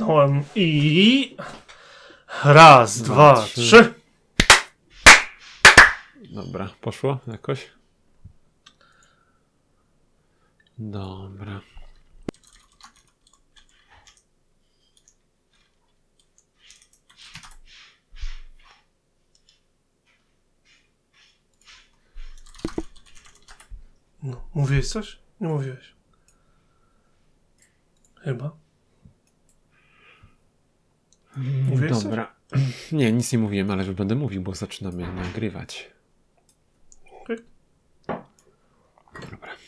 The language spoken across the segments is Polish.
Kliknąłem i... Raz, dwa, trzy. Dobra, poszło jakoś? Dobra. No, mówiłeś coś? Nie mówiłeś. Chyba. Mówiłeś Dobra. Nie, nic nie mówiłem, ale że będę mówił, bo zaczynamy nagrywać. Okej. Dobra.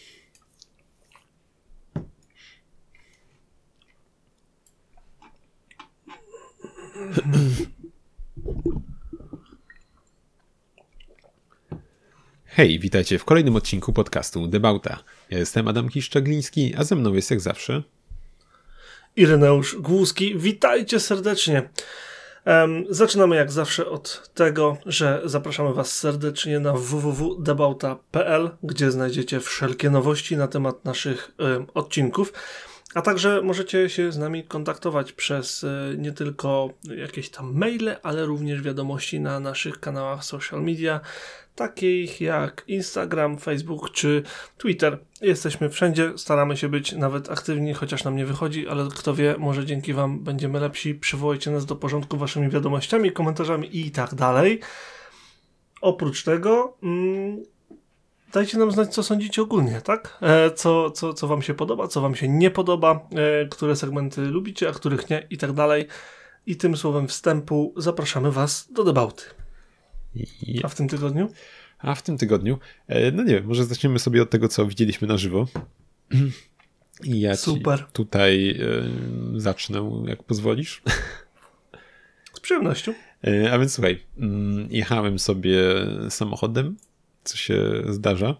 Hej, witajcie w kolejnym odcinku podcastu Debauta. Ja jestem Adam Kiszczagliński, a ze mną jest jak zawsze Ireneusz Głuski, witajcie serdecznie. Zaczynamy jak zawsze od tego, że zapraszamy Was serdecznie na www.debauta.pl, gdzie znajdziecie wszelkie nowości na temat naszych odcinków, a także możecie się z nami kontaktować przez nie tylko jakieś tam maile, ale również wiadomości na naszych kanałach social media, takich jak Instagram, Facebook czy Twitter. Jesteśmy wszędzie, staramy się być nawet aktywni, chociaż nam nie wychodzi, ale kto wie, może dzięki Wam będziemy lepsi. Przywołajcie nas do porządku Waszymi wiadomościami, komentarzami i tak dalej. Oprócz tego dajcie nam znać, co sądzicie ogólnie, tak? Co Wam się podoba, co Wam się nie podoba, które segmenty lubicie, a których nie i tak dalej. I tym słowem wstępu zapraszamy Was do debauty. A w tym tygodniu? No nie wiem, może zaczniemy sobie od tego, co widzieliśmy na żywo. I ja Super. Tutaj zacznę, jak pozwolisz. Z przyjemnością. A więc słuchaj, jechałem sobie samochodem, co się zdarza.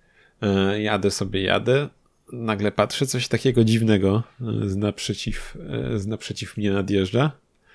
Jadę, nagle patrzę, coś takiego dziwnego z naprzeciw mnie nadjeżdża.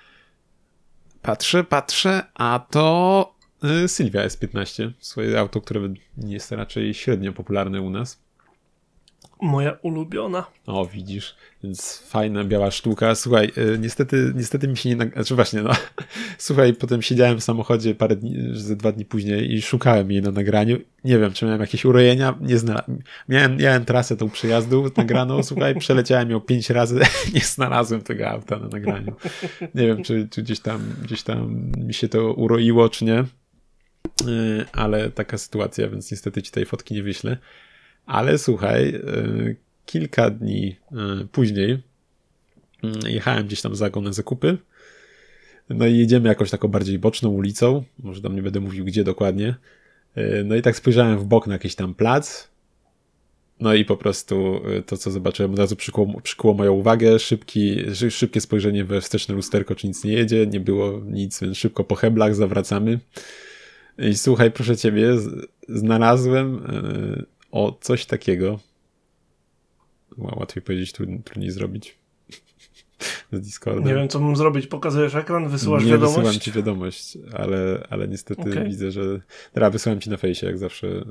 Patrzę, a to Silvia S15, swoje auto, które jest raczej średnio popularne u nas. Moja ulubiona. O, widzisz, więc fajna biała sztuka. Słuchaj, niestety mi się nie... Znaczy właśnie, no. Słuchaj, potem siedziałem w samochodzie ze 2 dni później i szukałem jej na nagraniu. Nie wiem, czy miałem jakieś urojenia. Nie znalazłem. Miałem trasę tą przejazdu nagraną, słuchaj, przeleciałem ją 5 razy. Nie znalazłem tego auta na nagraniu. Nie wiem, czy gdzieś tam mi się to uroiło, czy nie. Ale taka sytuacja, więc niestety ci tej fotki nie wyślę. Ale słuchaj, kilka dni później jechałem gdzieś tam za na zakupy. No i jedziemy jakąś taką bardziej boczną ulicą. Może tam nie będę mówił gdzie dokładnie. No i tak spojrzałem w bok na jakiś tam plac. No i po prostu to, co zobaczyłem, od razu przykuło moją uwagę. Szybkie spojrzenie we wsteczne lusterko, czy nic nie jedzie. Nie było nic, więc szybko po heblach zawracamy. I słuchaj, proszę ciebie, znalazłem... coś takiego. Łatwiej powiedzieć, trudniej zrobić. Z Discordem. Nie wiem, co mam zrobić. Pokazujesz ekran, wysyłasz wiadomość? Nie wysyłam ci wiadomość, ale niestety widzę, że... Dobra, wysyłam ci na fejsie, jak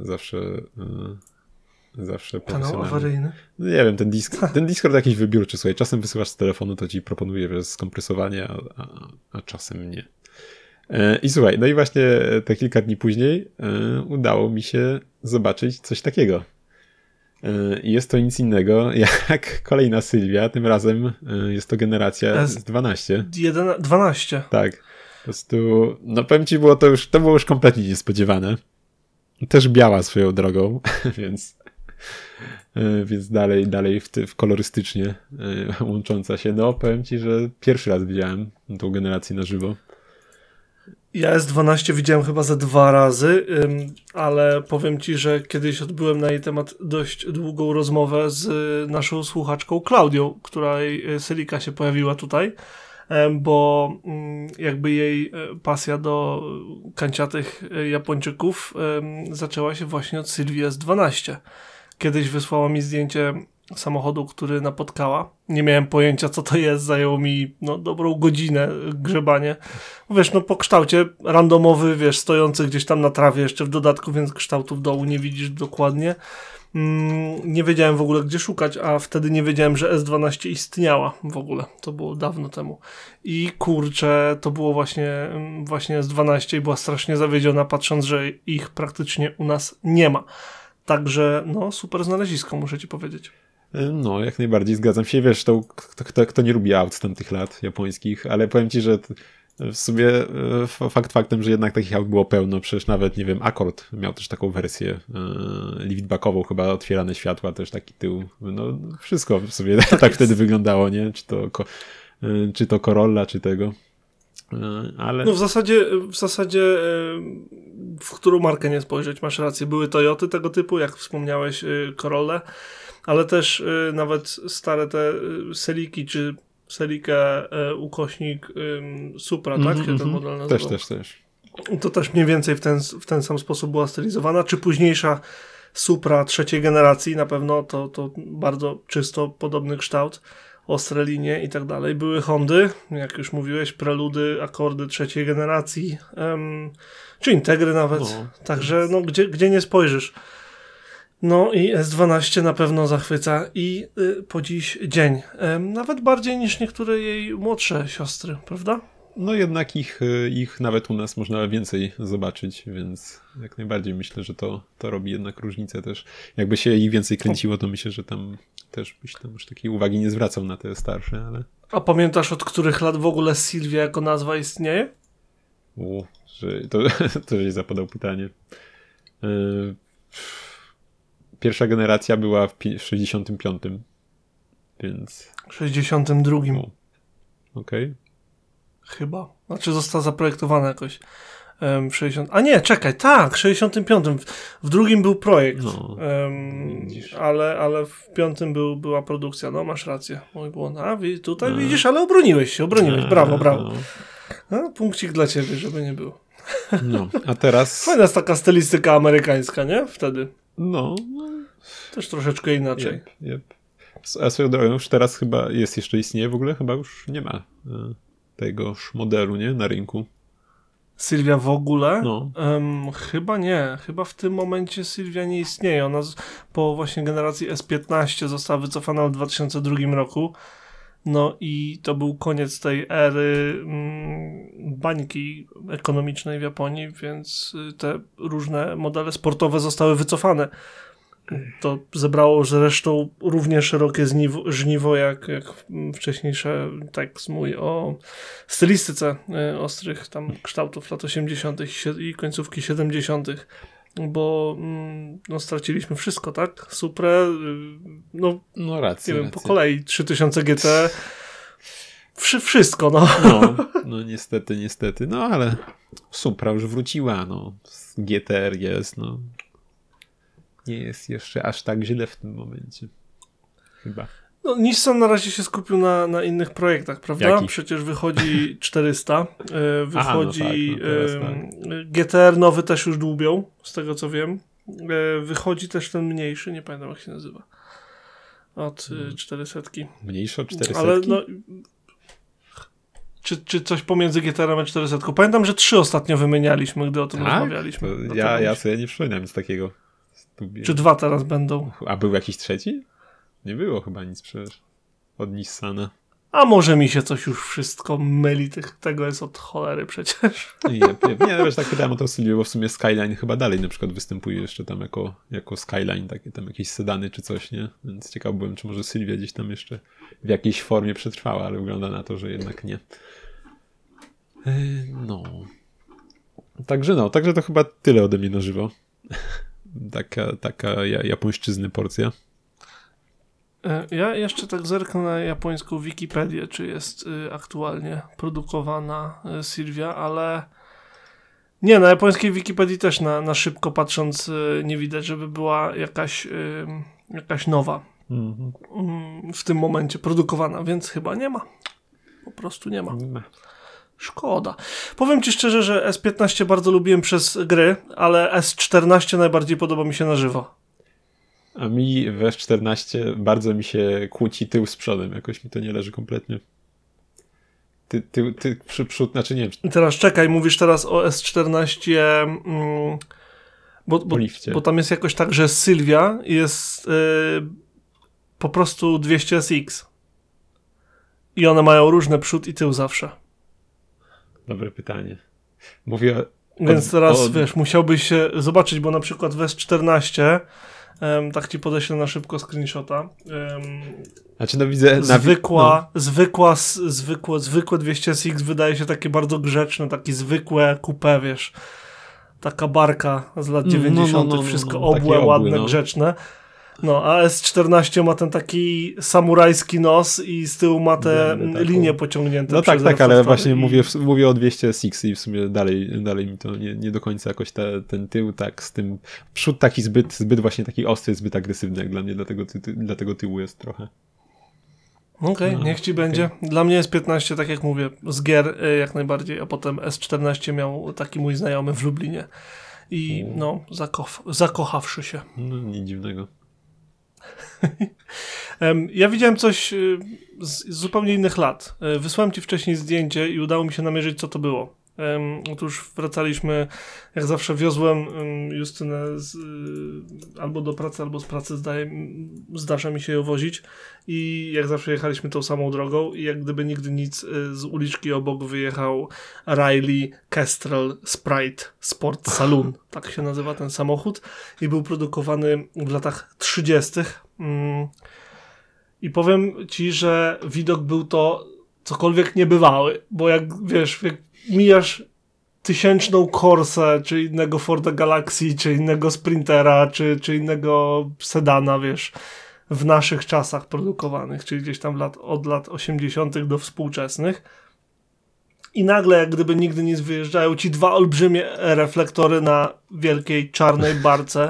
zawsze Kanał awaryjny? No nie wiem, ten Discord jakiś wybiórczy, słuchaj. Czasem wysyłasz z telefonu, to ci proponuje, że skompresowanie, a czasem nie. I słuchaj, no i właśnie te kilka dni później udało mi się zobaczyć coś takiego. I jest to nic innego jak kolejna Sylwia, tym razem jest to generacja S12. 12. Tak, po prostu, no powiem ci, to było już kompletnie niespodziewane. Też biała swoją drogą, więc dalej w kolorystycznie łącząca się. No powiem ci, że pierwszy raz widziałem tą generację na żywo. Ja S12 widziałem chyba ze 2 razy, ale powiem ci, że kiedyś odbyłem na jej temat dość długą rozmowę z naszą słuchaczką Klaudią, której Sylika się pojawiła tutaj, bo jakby jej pasja do kanciatych Japończyków zaczęła się właśnie od Sylwii S12. Kiedyś wysłała mi zdjęcie samochodu, który napotkała. Nie miałem pojęcia, co to jest. Zajęło mi dobrą godzinę grzebanie. Wiesz, po kształcie randomowy, wiesz, stojący gdzieś tam na trawie jeszcze w dodatku, więc kształtu w dołu nie widzisz dokładnie. Nie wiedziałem w ogóle, gdzie szukać, a wtedy nie wiedziałem, że S12 istniała w ogóle. To było dawno temu. I kurczę, to było właśnie S12 i była strasznie zawiedziona, patrząc, że ich praktycznie u nas nie ma. Także, no, super znalezisko, muszę ci powiedzieć. No, jak najbardziej zgadzam się. Wiesz, kto nie lubi aut z tamtych lat japońskich, ale powiem ci, że w sumie faktem, że jednak takich aut było pełno, przecież nawet, nie wiem, Accord miał też taką wersję liftbackową, chyba otwierane światła, też taki tył, no wszystko w sobie tak wtedy wyglądało, nie? Czy to Corolla, czy tego, ale... No w zasadzie w którą markę nie spojrzeć, masz rację, były Toyoty tego typu, jak wspomniałeś, Corolle, ale też nawet stare te Seliki, czy Celikę ukośnik Supra, tak? Się ten model nazywał. Też. To też mniej więcej w ten sam sposób była stylizowana, czy późniejsza Supra trzeciej generacji, na pewno to bardzo czysto podobny kształt, ostre linie i tak dalej. Były Hondy, jak już mówiłeś, Preludy, Accordy trzeciej generacji, czy Integry nawet, także no, gdzie nie spojrzysz. No i S12 na pewno zachwyca i po dziś dzień. Nawet bardziej niż niektóre jej młodsze siostry, prawda? No jednak ich nawet u nas można więcej zobaczyć, więc jak najbardziej myślę, że to robi jednak różnicę też. Jakby się ich więcej kręciło, to myślę, że tam też byś tam już takiej uwagi nie zwracał na te starsze, ale... A pamiętasz, od których lat w ogóle Silvia jako nazwa istnieje? To żeś zapodał pytanie. Pierwsza generacja była w 65, więc... 62. Okej. Chyba. Znaczy została zaprojektowana jakoś w 60... A nie, czekaj, tak, w 65. W drugim był projekt, ale w piątym była produkcja. No, masz rację. Mój błąd. Tutaj widzisz, ale obroniłeś się, brawo. No, punkcik dla ciebie, żeby nie było. No, a teraz... Fajna jest taka stylistyka amerykańska, nie? Wtedy. No. Też troszeczkę inaczej. Yep. A swoją drogą już teraz chyba jeszcze istnieje w ogóle? Chyba już nie ma tegoż modelu, nie? Na rynku. Silvia w ogóle? No. Chyba nie. Chyba w tym momencie Silvia nie istnieje. Ona po właśnie generacji S15 została wycofana w 2002 roku. No i to był koniec tej ery bańki ekonomicznej w Japonii, więc te różne modele sportowe zostały wycofane. To zebrało zresztą równie szerokie żniwo jak wcześniejszy tekst mój o stylistyce ostrych tam kształtów lat 80. i końcówki 70., bo straciliśmy wszystko, tak? Suprę, no racja, nie wiem, po kolei 3000 GT, wszystko, No niestety, no ale Supra już wróciła, GTR jest, nie jest jeszcze aż tak źle w tym momencie. Chyba. No, Nissan na razie się skupił na innych projektach, prawda? Jakich? Przecież wychodzi 400, wychodzi tak. GTR nowy też już dłubią, z tego co wiem. Wychodzi też ten mniejszy, nie pamiętam jak się nazywa. Od 400. Mniejszy od 400? Ale czy coś pomiędzy GTR-em a 400? Pamiętam, że 3 ostatnio wymienialiśmy, gdy o tym rozmawialiśmy. Ja sobie nie przypominam nic takiego. Czy 2 teraz będą? A był jakiś trzeci? Nie było chyba nic przecież od Nissana. A może mi się coś już wszystko myli, tego jest od cholery przecież. Nie, wiesz, tak pytałem o to Sylwię, bo w sumie Skyline chyba dalej na przykład występuje jeszcze tam jako Skyline, takie tam jakieś sedany czy coś, nie? Więc ciekaw byłem, czy może Sylwia gdzieś tam jeszcze w jakiejś formie przetrwała, ale wygląda na to, że jednak nie. Także to chyba tyle ode mnie na żywo. Taka japońszczyzny porcja. Ja jeszcze tak zerknę na japońską Wikipedię, czy jest aktualnie produkowana Silvia, ale nie, na japońskiej Wikipedii też na szybko patrząc nie widać, żeby była jakaś nowa w tym momencie produkowana, więc chyba nie ma. Po prostu nie ma. Szkoda. Powiem ci szczerze, że S15 bardzo lubiłem przez gry, ale S14 najbardziej podoba mi się na żywo. A mi w S14 bardzo mi się kłóci tył z przodem. Jakoś mi to nie leży kompletnie. Ty przód, znaczy nie wiem. Teraz czekaj, mówisz teraz o S14 po lifcie. Bo tam jest jakoś tak, że Sylwia jest po prostu 200SX. I one mają różne przód i tył zawsze. Dobre pytanie. Mówię... Więc teraz, wiesz, musiałbyś się zobaczyć, bo na przykład w S14, tak ci podeślę na szybko screenshota, znaczy, no widzę... zwykłe 200SX wydaje się takie bardzo grzeczne, takie zwykłe coupé, wiesz, taka barka z lat 90., wszystko obłe, ładne, grzeczne. No, a S14 ma ten taki samurajski nos i z tyłu ma te linie pociągnięte. No tak, ale właśnie mówię o 200SX i w sumie dalej mi to nie do końca jakoś ten tył tak z tym... Przód taki zbyt właśnie taki ostry, zbyt agresywny jak dla mnie, dlatego tyłu jest trochę. Okej, niech ci będzie. Dla mnie S15, tak jak mówię, z gier jak najbardziej, a potem S14 miał taki mój znajomy w Lublinie i zakochawszy się. No, nic dziwnego. Ja widziałem coś z zupełnie innych lat. Wysłałem ci wcześniej zdjęcie i udało mi się namierzyć, co to było. Otóż wracaliśmy, jak zawsze wiozłem Justynę albo do pracy, albo z pracy zdarza mi się ją wozić i jak zawsze jechaliśmy tą samą drogą i jak gdyby nigdy nic z uliczki obok wyjechał Riley Kestrel Sprite Sport Saloon, tak się nazywa ten samochód i był produkowany w latach 30. I powiem ci, że widok był to cokolwiek niebywały, bo jak wiesz, jak mijasz 1000 Corsę, czy innego Forda Galaxy, czy innego Sprintera, czy innego sedana, wiesz, w naszych czasach produkowanych, czyli gdzieś tam od lat 80. do współczesnych. I nagle, jak gdyby nigdy nic, wyjeżdżają ci dwa olbrzymie reflektory na wielkiej czarnej barce.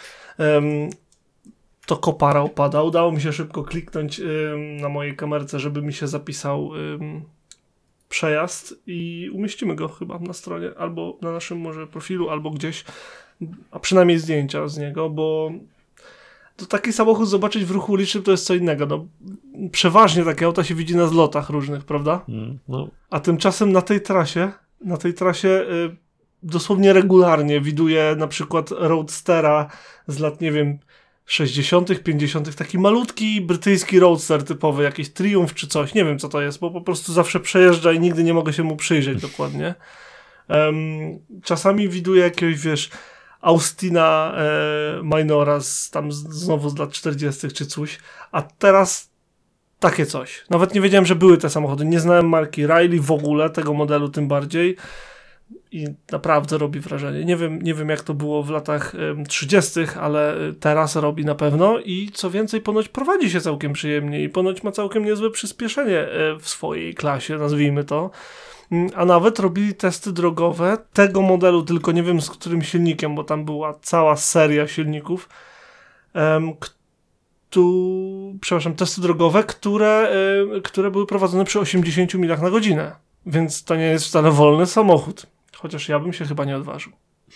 To kopara opada. Udało mi się szybko kliknąć na mojej kamerce, żeby mi się zapisał przejazd i umieścimy go chyba na stronie, albo na naszym może profilu, albo gdzieś, a przynajmniej zdjęcia z niego, bo to taki samochód zobaczyć w ruchu ulicznym to jest co innego. No, przeważnie takie auta się widzi na zlotach różnych, prawda? No. A tymczasem na tej trasie dosłownie regularnie widuję na przykład Roadstera z lat, nie wiem, 60., 50., taki malutki brytyjski roadster typowy, jakiś Triumph czy coś, nie wiem co to jest, bo po prostu zawsze przejeżdża i nigdy nie mogę się mu przyjrzeć dokładnie. Czasami widuję jakiegoś, wiesz, Austina Minora znowu z lat 40. czy coś, a teraz takie coś. Nawet nie wiedziałem, że były te samochody, nie znałem marki Riley w ogóle, tego modelu tym bardziej. I naprawdę robi wrażenie. Nie wiem jak to było w latach 30., ale teraz robi na pewno i co więcej ponoć prowadzi się całkiem przyjemnie i ponoć ma całkiem niezłe przyspieszenie w swojej klasie, nazwijmy to. A nawet robili testy drogowe tego modelu, tylko nie wiem z którym silnikiem, bo tam była cała seria silników. Testy drogowe, które były prowadzone przy 80 milach na godzinę. Więc to nie jest wcale wolny samochód. Chociaż ja bym się chyba nie odważył.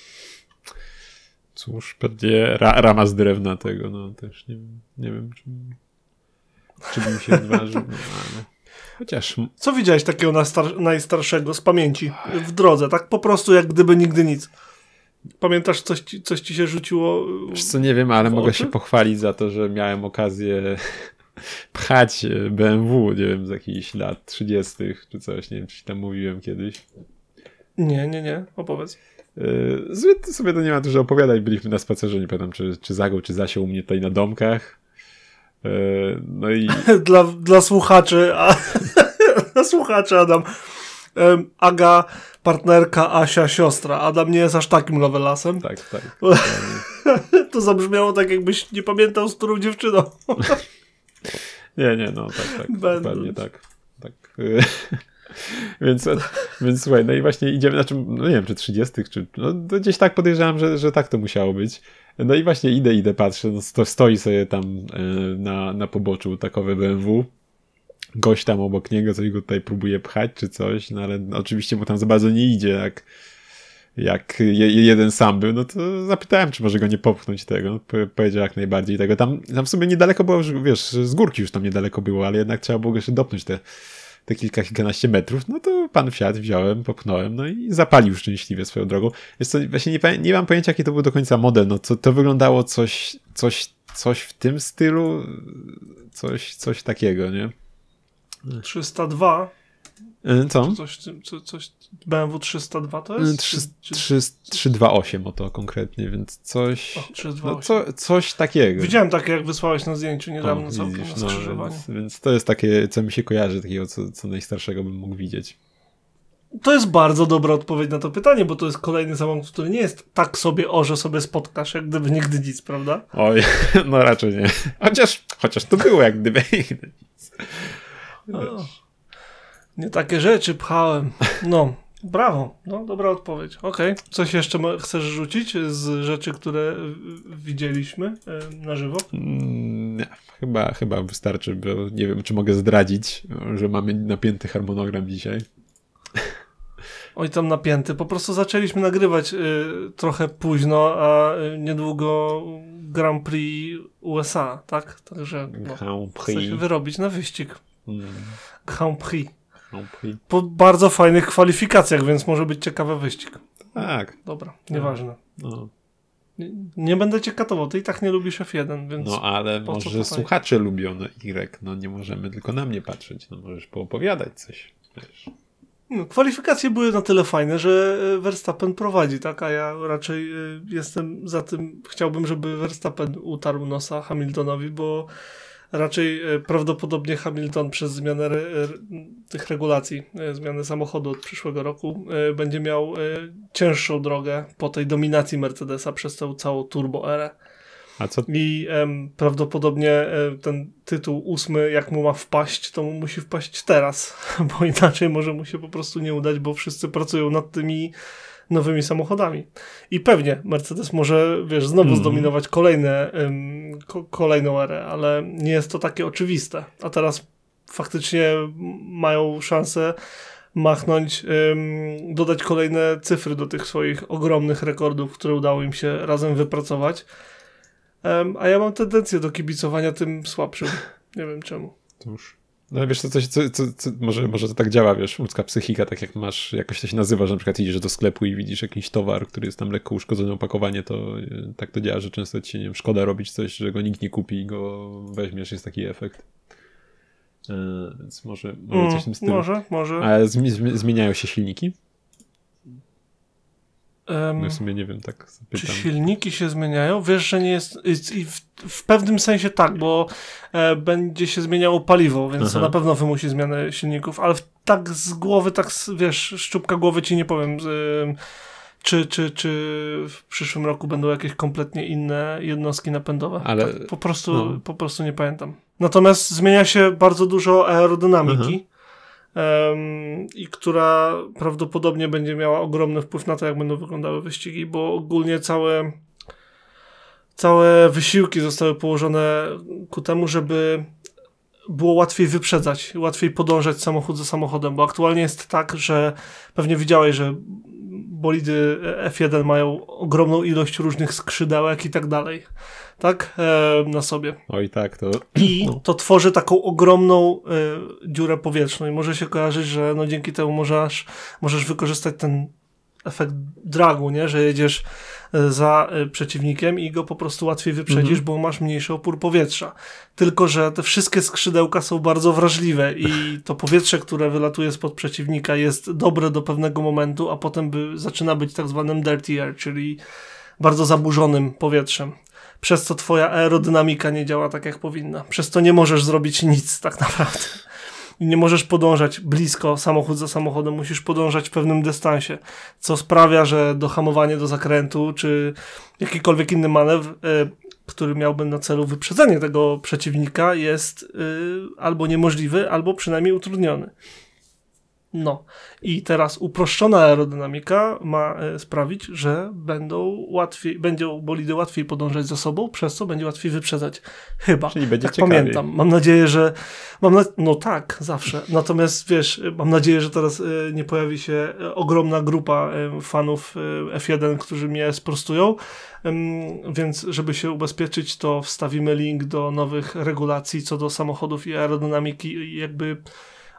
Cóż, pewnie rama z drewna tego, no też nie wiem czy bym się odważył. No, ale chociaż... Co widziałeś takiego najstarszego z pamięci w drodze? Tak po prostu jak gdyby nigdy nic. Pamiętasz coś ci się rzuciło? Wiesz co, nie wiem, ale mogę się pochwalić za to, że miałem okazję pchać BMW, nie wiem, z jakichś lat 30. czy coś, nie wiem, czy tam mówiłem kiedyś. Nie, opowiedz. Sobie to nie ma dużo opowiadać, byliśmy na spacerze, nie pamiętam, czy Zagał, czy Zasią u mnie tutaj na domkach. No i... dla słuchaczy, dla słuchaczy Adam. Aga, partnerka, Asia, siostra. Adam nie jest aż takim lovelasem. Tak. To zabrzmiało tak, jakbyś nie pamiętał, z którą dziewczyną. Nie, no tak, dokładnie tak. Więc słuchaj, no i właśnie idziemy, znaczy, no nie wiem, czy 30, czy no gdzieś tak podejrzewam, że tak to musiało być. No i właśnie idę, patrzę, no stoi sobie tam na poboczu takowe BMW. Gość tam obok niego, coś go tutaj próbuje pchać, czy coś, no ale oczywiście mu tam za bardzo nie idzie, jak jeden sam był, no to zapytałem, czy może go nie popchnąć tego. Powiedział jak najbardziej tego. Tam w sumie niedaleko było, wiesz, z górki już tam niedaleko było, ale jednak trzeba było jeszcze dopnąć te kilkanaście metrów, no to pan wsiadł, wziąłem, popchnąłem, no i zapalił szczęśliwie swoją drogą. Jest to, właśnie nie mam pojęcia, jaki to był do końca model, no to wyglądało coś w tym stylu, coś takiego, nie? 302? Co? Coś BMW 302 to jest? 328 o to konkretnie, więc coś... O, 328. No, coś takiego. Widziałem takie, jak wysłałeś na zdjęciu niedawno całkiem widzisz, na skrzyżowaniu. Więc to jest takie, co mi się kojarzy, takiego, co najstarszego bym mógł widzieć. To jest bardzo dobra odpowiedź na to pytanie, bo to jest kolejny samochód, który nie jest tak sobie że sobie spotkasz, jak gdyby nigdy nic, prawda? Oj, no raczej nie. Chociaż to było jak gdyby nigdy nic. Nie takie rzeczy pchałem. No, brawo. No, dobra odpowiedź. Okej. Coś jeszcze chcesz rzucić z rzeczy, które widzieliśmy na żywo? Nie, chyba wystarczy, bo nie wiem, czy mogę zdradzić, że mamy napięty harmonogram dzisiaj. Oj, tam napięty. Po prostu zaczęliśmy nagrywać trochę późno, a niedługo Grand Prix USA, tak? Także chcę się wyrobić na wyścig. Grand Prix. Po bardzo fajnych kwalifikacjach, więc może być ciekawy wyścig. Tak. Dobra, nieważne. No. Nie będę cię katował, ty i tak nie lubisz F1, więc... No ale może słuchacze lubią Y, no nie możemy tylko na mnie patrzeć, no możesz poopowiadać coś, wiesz. No, kwalifikacje były na tyle fajne, że Verstappen prowadzi, tak? A ja raczej jestem za tym, chciałbym, żeby Verstappen utarł nosa Hamiltonowi, bo raczej prawdopodobnie Hamilton przez zmianę tych regulacji, zmianę samochodu od przyszłego roku będzie miał cięższą drogę po tej dominacji Mercedesa przez tę całą turbo-erę. I prawdopodobnie ten tytuł 8, jak mu ma wpaść, to mu musi wpaść teraz, bo inaczej może mu się po prostu nie udać, bo wszyscy pracują nad tymi nowymi samochodami. I pewnie Mercedes może, wiesz, znowu zdominować kolejną erę, ale nie jest to takie oczywiste. A teraz faktycznie mają szansę machnąć, dodać kolejne cyfry do tych swoich ogromnych rekordów, które udało im się razem wypracować. A ja mam tendencję do kibicowania tym słabszym. Nie wiem czemu. To już... No wiesz, może to tak działa, wiesz, ludzka psychika, tak jak masz, jakoś to się nazywa, że na przykład idziesz do sklepu i widzisz jakiś towar, który jest tam lekko uszkodzone opakowanie, to tak to działa, że często ci się, nie wiem, szkoda robić coś, że go nikt nie kupi i go weźmiesz, jest taki efekt. Więc może coś w tym stylu. Może. A zmieniają się silniki? W sumie nie wiem, tak zapytam. Czy silniki się zmieniają? Wiesz, że nie jest... W pewnym sensie tak, bo będzie się zmieniało paliwo, więc to na pewno wymusi zmianę silników, ale tak z głowy, tak wiesz, szczupka głowy ci nie powiem, czy w przyszłym roku będą jakieś kompletnie inne jednostki napędowe. Ale tak, po prostu nie pamiętam. Natomiast zmienia się bardzo dużo aerodynamiki. I która prawdopodobnie będzie miała ogromny wpływ na to, jak będą wyglądały wyścigi, bo ogólnie całe wysiłki zostały położone ku temu, żeby było łatwiej wyprzedzać, łatwiej podążać samochód za samochodem, bo aktualnie jest tak, że pewnie widziałeś, że bolidy F1 mają ogromną ilość różnych skrzydełek i tak dalej, tak? Na sobie. Oj tak, to... I to tworzy taką ogromną dziurę powietrzną i może się kojarzyć, że no dzięki temu możesz wykorzystać ten efekt dragu, nie? Że jedziesz za przeciwnikiem i go po prostu łatwiej wyprzedzisz, bo masz mniejszy opór powietrza. Tylko że te wszystkie skrzydełka są bardzo wrażliwe i to powietrze, które wylatuje spod przeciwnika, jest dobre do pewnego momentu, a potem zaczyna być tak zwanym dirty air, czyli bardzo zaburzonym powietrzem. Przez co twoja aerodynamika nie działa tak, jak powinna. Przez to nie możesz zrobić nic tak naprawdę. I nie możesz podążać blisko samochód za samochodem, musisz podążać w pewnym dystansie, co sprawia, że dohamowanie do zakrętu, czy jakikolwiek inny manewr, który miałby na celu wyprzedzenie tego przeciwnika, jest albo niemożliwy, albo przynajmniej utrudniony. No i teraz uproszczona aerodynamika ma sprawić, że będą bolidy łatwiej podążać za sobą, przez co będzie łatwiej wyprzedzać. Chyba. Czyli będzie tak ciekawiej. pamiętam. Mam nadzieję, że... No tak, zawsze. Natomiast wiesz, mam nadzieję, że teraz nie pojawi się ogromna grupa fanów F1, którzy mnie sprostują, więc żeby się ubezpieczyć, to wstawimy link do nowych regulacji co do samochodów i aerodynamiki i jakby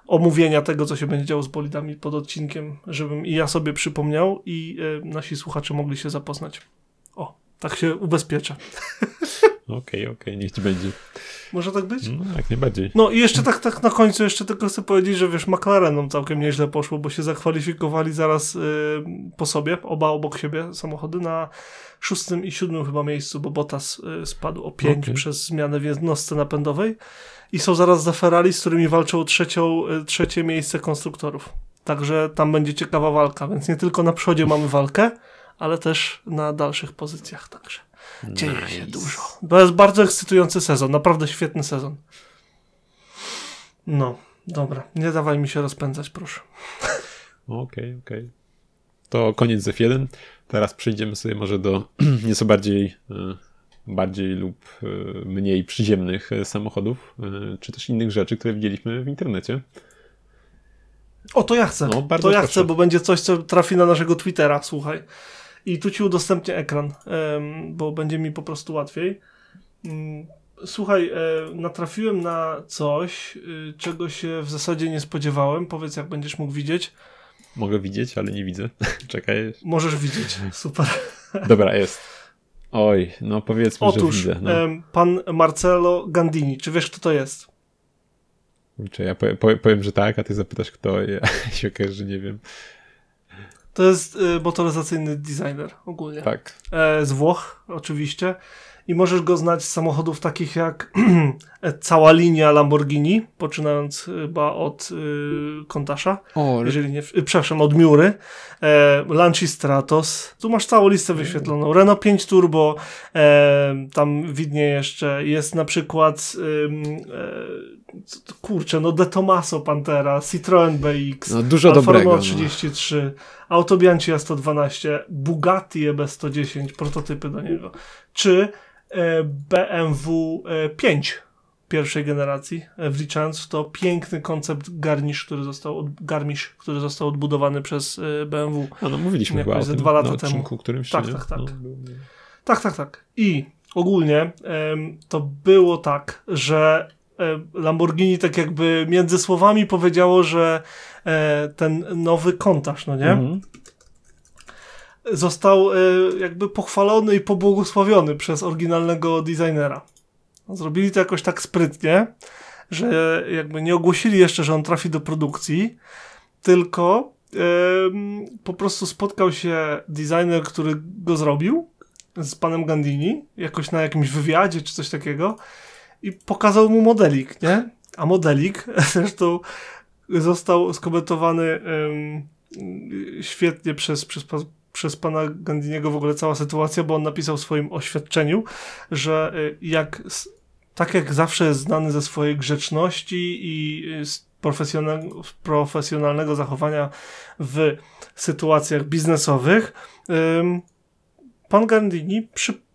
omówienia tego, co się będzie działo z bolidami pod odcinkiem, żebym i ja sobie przypomniał i nasi słuchacze mogli się zapoznać. O, tak się ubezpieczę. Okej, niech ci będzie. Może tak być? No, jak najbardziej. No i jeszcze tak na końcu jeszcze tylko chcę powiedzieć, że wiesz, McLarenom całkiem nieźle poszło, bo się zakwalifikowali zaraz po sobie, oba obok siebie samochody na 6. i 7. chyba miejscu, bo Bottas spadł o 5 przez zmianę w jednostce napędowej i są zaraz za Ferrari, z którymi walczą trzecie miejsce konstruktorów. Także tam będzie ciekawa walka, więc nie tylko na przodzie mamy walkę, ale też na dalszych pozycjach, także dzieje się dużo. To jest bardzo ekscytujący sezon, naprawdę świetny sezon. No, dobra, nie dawaj mi się rozpędzać, proszę. Okej. To koniec z F1. Teraz przejdziemy sobie może do nieco bardziej lub mniej przyziemnych samochodów, czy też innych rzeczy, które widzieliśmy w internecie. O, to ja chcę. No, bardzo proszę. Chcę, bo będzie coś, co trafi na naszego Twittera, słuchaj. I tu ci udostępnię ekran, bo będzie mi po prostu łatwiej. Słuchaj, natrafiłem na coś, czego się w zasadzie nie spodziewałem. Powiedz, jak będziesz mógł widzieć. Mogę widzieć, ale nie widzę. Czekaj. Możesz widzieć, super. Dobra, jest. Oj, no powiedzmy, że widzę. No. Pan Marcello Gandini, czy wiesz, kto to jest? Kurczę, ja powiem, że tak, a ty zapytasz kto, ja się okaże, że nie wiem. To jest motoryzacyjny designer ogólnie. Tak. Z Włoch oczywiście. I możesz go znać z samochodów takich jak cała linia Lamborghini, poczynając chyba od Contasa, jeżeli nie, przepraszam, od Miury, Lancia Stratos. Tu masz całą listę wyświetloną. Renault 5 Turbo, tam widnie jeszcze jest na przykład De Tomaso Pantera, Citroën BX, no, dużo Alfa dobrego, Romeo 33, Auto Bianchi 112, Bugatti EB110, prototypy do niego, czy BMW 5 pierwszej generacji, wliczając w to piękny koncept Garmisch, który został odbudowany przez BMW. No mówiliśmy chyba o tym 2 lata na odcinku temu. którymś. Tak. No, Tak. I ogólnie to było tak, że Lamborghini tak jakby między słowami powiedziało, że ten nowy Countach, no nie? Został jakby pochwalony i pobłogosławiony przez oryginalnego designera. Zrobili to jakoś tak sprytnie, że jakby nie ogłosili jeszcze, że on trafi do produkcji, tylko po prostu spotkał się designer, który go zrobił z panem Gandini, jakoś na jakimś wywiadzie czy coś takiego i pokazał mu modelik, nie? A modelik zresztą został skomentowany świetnie przez pana Gandiniego w ogóle cała sytuacja, bo on napisał w swoim oświadczeniu, że tak jak zawsze jest znany ze swojej grzeczności i profesjonalnego zachowania w sytuacjach biznesowych, pan Gandini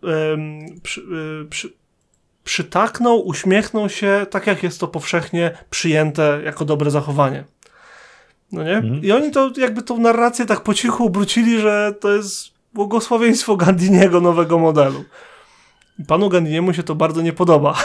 przytaknął, uśmiechnął się, tak jak jest to powszechnie przyjęte jako dobre zachowanie. No nie? I oni to jakby tą narrację tak po cichu obrócili, że to jest błogosławieństwo Gandiniego nowego modelu. I panu Gandiniemu się to bardzo nie podoba.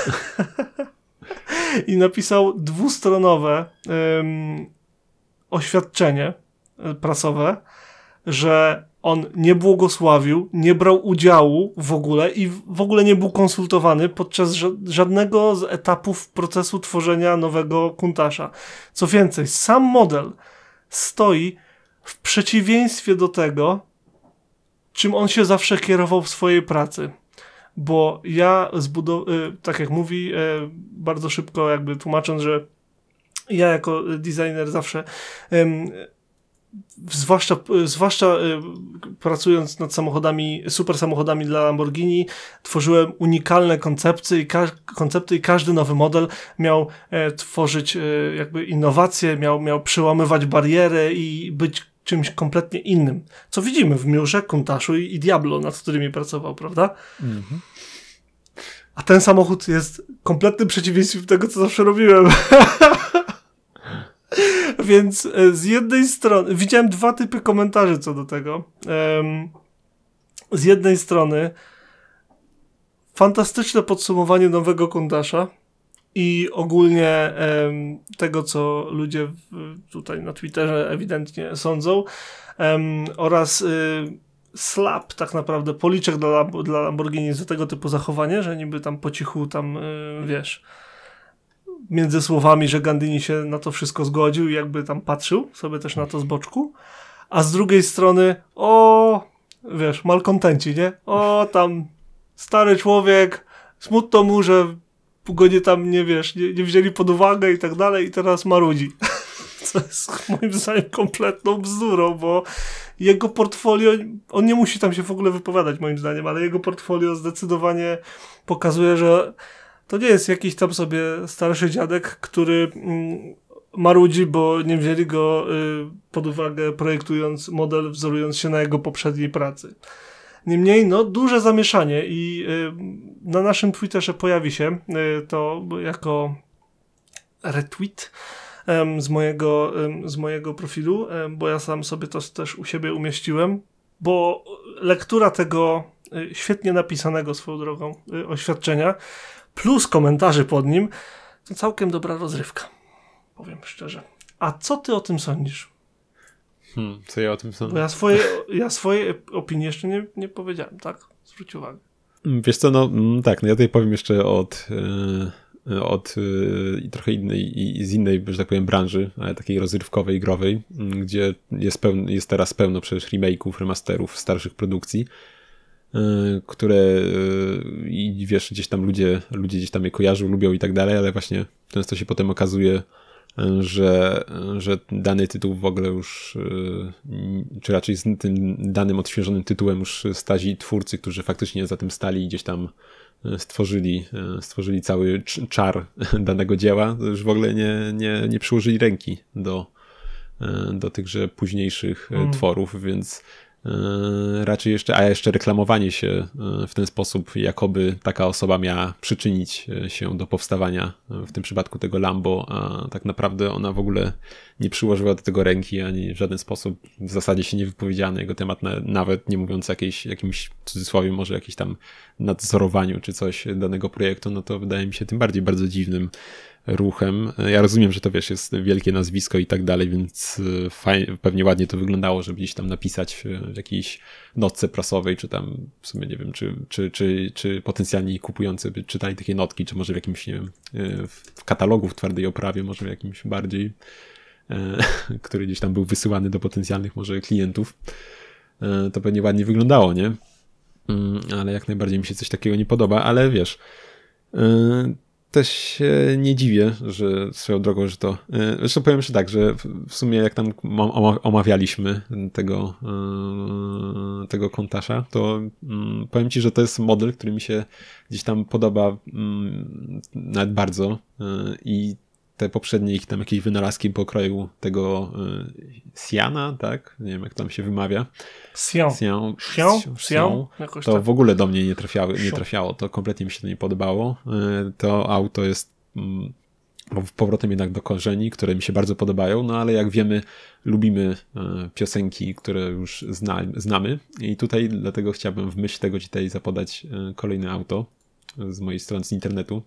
I napisał 2-stronowe oświadczenie prasowe, że on nie błogosławił, nie brał udziału w ogóle i w ogóle nie był konsultowany podczas żadnego z etapów procesu tworzenia nowego Countacha. Co więcej, sam model stoi w przeciwieństwie do tego, czym on się zawsze kierował w swojej pracy. Bo ja tak jak mówi, bardzo szybko jakby tłumacząc, że ja jako designer zawsze zwłaszcza pracując nad super samochodami dla Lamborghini, tworzyłem unikalne koncepty i każdy nowy model miał tworzyć jakby innowacje, miał przełamywać bariery i być czymś kompletnie innym. Co widzimy w Miurze, Countachu i Diablo, nad którymi pracował, prawda? A ten samochód jest kompletnym przeciwieństwem tego, co zawsze robiłem. Więc z jednej strony widziałem 2 typy komentarzy co do tego. Z jednej strony fantastyczne podsumowanie nowego Countacha, i ogólnie tego, co ludzie tutaj na Twitterze ewidentnie sądzą, oraz slap tak naprawdę, policzek dla Lamborghini za tego typu zachowanie, że niby tam po cichu tam, wiesz, między słowami, że Gandini się na to wszystko zgodził i jakby tam patrzył sobie też na to z boczku, a z drugiej strony wiesz, malkontenci, nie? Tam stary człowiek, smutno mu, że go nie tam, nie wiesz, nie wzięli pod uwagę i tak dalej i teraz marudzi. Co jest moim zdaniem kompletną bzdurą, bo jego portfolio, on nie musi tam się w ogóle wypowiadać moim zdaniem, ale jego portfolio zdecydowanie pokazuje, że to nie jest jakiś tam sobie starszy dziadek, który marudzi, bo nie wzięli go pod uwagę, projektując model, wzorując się na jego poprzedniej pracy. Niemniej, duże zamieszanie i na naszym Twitterze pojawi się to jako retweet z mojego profilu, bo ja sam sobie to też u siebie umieściłem, bo lektura tego świetnie napisanego swoją drogą oświadczenia plus komentarzy pod nim to całkiem dobra rozrywka, powiem szczerze. A co ty o tym sądzisz? Co ja o tym sądzę? Bo ja swojej opinii jeszcze nie powiedziałem, tak? Zwróć uwagę. Wiesz co, tak, ja tutaj powiem jeszcze od trochę innej i z innej, że tak powiem, branży, ale takiej rozrywkowej, growej, gdzie jest teraz pełno przecież remake'ów, remasterów starszych produkcji, które i wiesz, gdzieś tam ludzie gdzieś tam je kojarzą, lubią i tak dalej, ale właśnie często się potem okazuje, że dany tytuł w ogóle już, czy raczej z tym danym odświeżonym tytułem już stazi twórcy, którzy faktycznie za tym stali i gdzieś tam stworzyli cały czar danego dzieła, już w ogóle nie przyłożyli ręki do tychże późniejszych tworów, więc raczej jeszcze reklamowanie się w ten sposób, jakoby taka osoba miała przyczynić się do powstawania w tym przypadku tego Lambo, a tak naprawdę ona w ogóle nie przyłożyła do tego ręki, ani w żaden sposób w zasadzie się nie wypowiedziała na jego temat, nawet nie mówiąc jakimś cudzysłowie, może jakimś tam nadzorowaniu czy coś danego projektu, no to wydaje mi się tym bardziej bardzo dziwnym ruchem. Ja rozumiem, że to wiesz, jest wielkie nazwisko i tak dalej, więc pewnie ładnie to wyglądało, żeby gdzieś tam napisać w jakiejś notce prasowej, czy tam w sumie nie wiem, czy potencjalni kupujący by czytali takie notki, czy może w jakimś, nie wiem, w katalogu w twardej oprawie, może w jakimś bardziej, który gdzieś tam był wysyłany do potencjalnych może klientów. To pewnie ładnie wyglądało, nie? Ale jak najbardziej mi się coś takiego nie podoba, ale wiesz, też się nie dziwię, że swoją drogą, że to... Zresztą powiem jeszcze tak, że w sumie jak tam omawialiśmy tego Countach'a, to powiem ci, że to jest model, który mi się gdzieś tam podoba nawet bardzo i te poprzednie ich tam jakieś wynalazki pokroju tego Siana, tak? Nie wiem, jak tam się wymawia. Sian. To w ogóle do mnie nie trafiało. To kompletnie mi się to nie podobało. To auto jest powrotem jednak do korzeni, które mi się bardzo podobają, no ale jak wiemy, lubimy piosenki, które już znamy i tutaj dlatego chciałbym w myśl tego dzisiaj zapodać kolejne auto z mojej strony z internetu.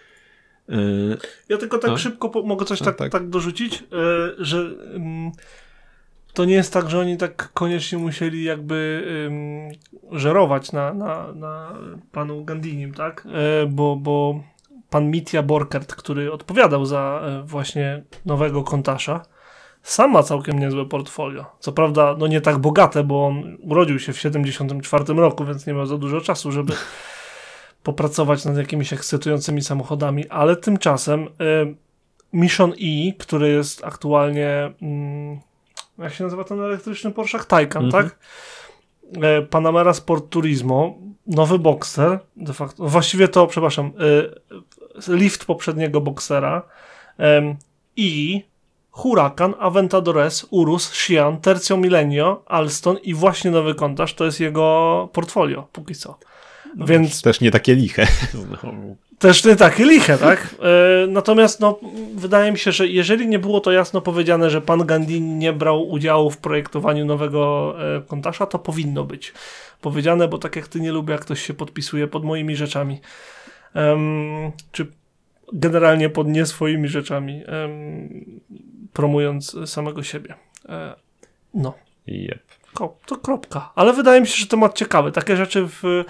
Ja tylko tak szybko mogę coś tak dorzucić, że to nie jest tak, że oni tak koniecznie musieli jakby żerować na panu Gandinim, tak? Bo pan Mitja Borkert, który odpowiadał za właśnie nowego Countach'a, sam ma całkiem niezłe portfolio. Co prawda, nie tak bogate, bo on urodził się w 1974 roku, więc nie miał za dużo czasu, żeby popracować nad jakimiś ekscytującymi samochodami, ale tymczasem Mission E, który jest aktualnie jak się nazywa ten elektryczny Porsche? Taycan, tak? Panamera Sport Turismo, nowy Boxster, de facto, właściwie to, przepraszam, lift poprzedniego Boxstera i Huracan, Aventador S, Urus, Xi'an, Tercio Millennio, Alston i właśnie nowy Countach, to jest jego portfolio, póki co. No, więc też nie takie liche. Też nie takie liche, tak? Natomiast wydaje mi się, że jeżeli nie było to jasno powiedziane, że pan Gandini nie brał udziału w projektowaniu nowego Countach'a, to powinno być powiedziane, bo tak jak ty nie lubię, jak ktoś się podpisuje pod moimi rzeczami. Czy generalnie pod nie swoimi rzeczami, promując samego siebie. No. Yep. To kropka. Ale wydaje mi się, że temat ciekawy. Takie rzeczy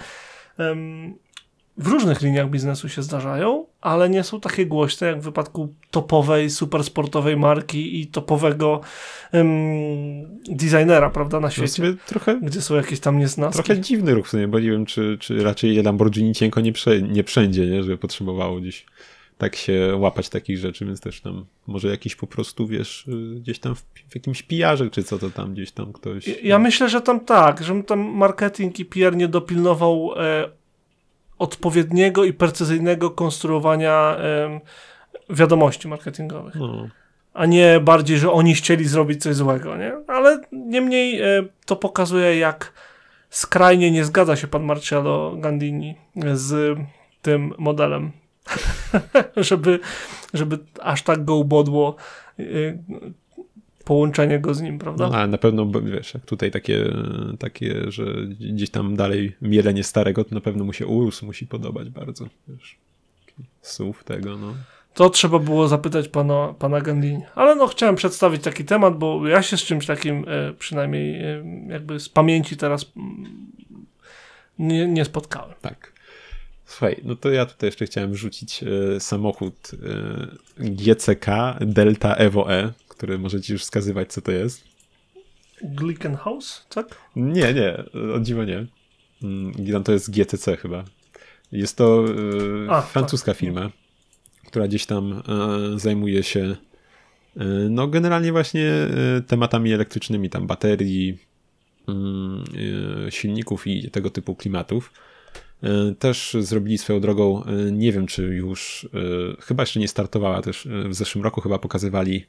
w różnych liniach biznesu się zdarzają, ale nie są takie głośne jak w wypadku topowej, supersportowej marki i topowego designera, prawda, na świecie. Trochę, gdzie są jakieś tam niesnaski. Trochę dziwny ruch w sumie, bo nie wiem, czy raczej Lamborghini cienko nie wszędzie, nie? Żeby potrzebowało gdzieś tak się łapać takich rzeczy, więc też tam może jakiś po prostu, wiesz, gdzieś tam w jakimś PR-ze, czy co to tam gdzieś tam ktoś... Ja myślę, że tam tak, że tam marketing i PR nie dopilnował odpowiedniego i precyzyjnego konstruowania wiadomości marketingowych. No. A nie bardziej, że oni chcieli zrobić coś złego, nie? Ale niemniej to pokazuje, jak skrajnie nie zgadza się pan Marcello Gandini z tym modelem. żeby aż tak go ubodło połączenie go z nim, prawda? No, ale na pewno, wiesz, jak tutaj takie, że gdzieś tam dalej mielenie starego, to na pewno mu się urósł, musi podobać bardzo, wiesz. Słów tego, no. To trzeba było zapytać pana Gandini. Ale no chciałem przedstawić taki temat, bo ja się z czymś takim przynajmniej jakby z pamięci teraz nie spotkałem. Tak. Słuchaj, no to ja tutaj jeszcze chciałem wrzucić samochód GCK Delta Evo E, który może ci już wskazywać, co to jest. Glickenhaus, tak? Nie, o dziwo nie. To jest GTC chyba. Jest to francuska firma, która gdzieś tam zajmuje się no generalnie właśnie tematami elektrycznymi, tam baterii, silników i tego typu klimatów. Też zrobili swoją drogą, nie wiem czy już, chyba jeszcze nie startowała, też w zeszłym roku chyba pokazywali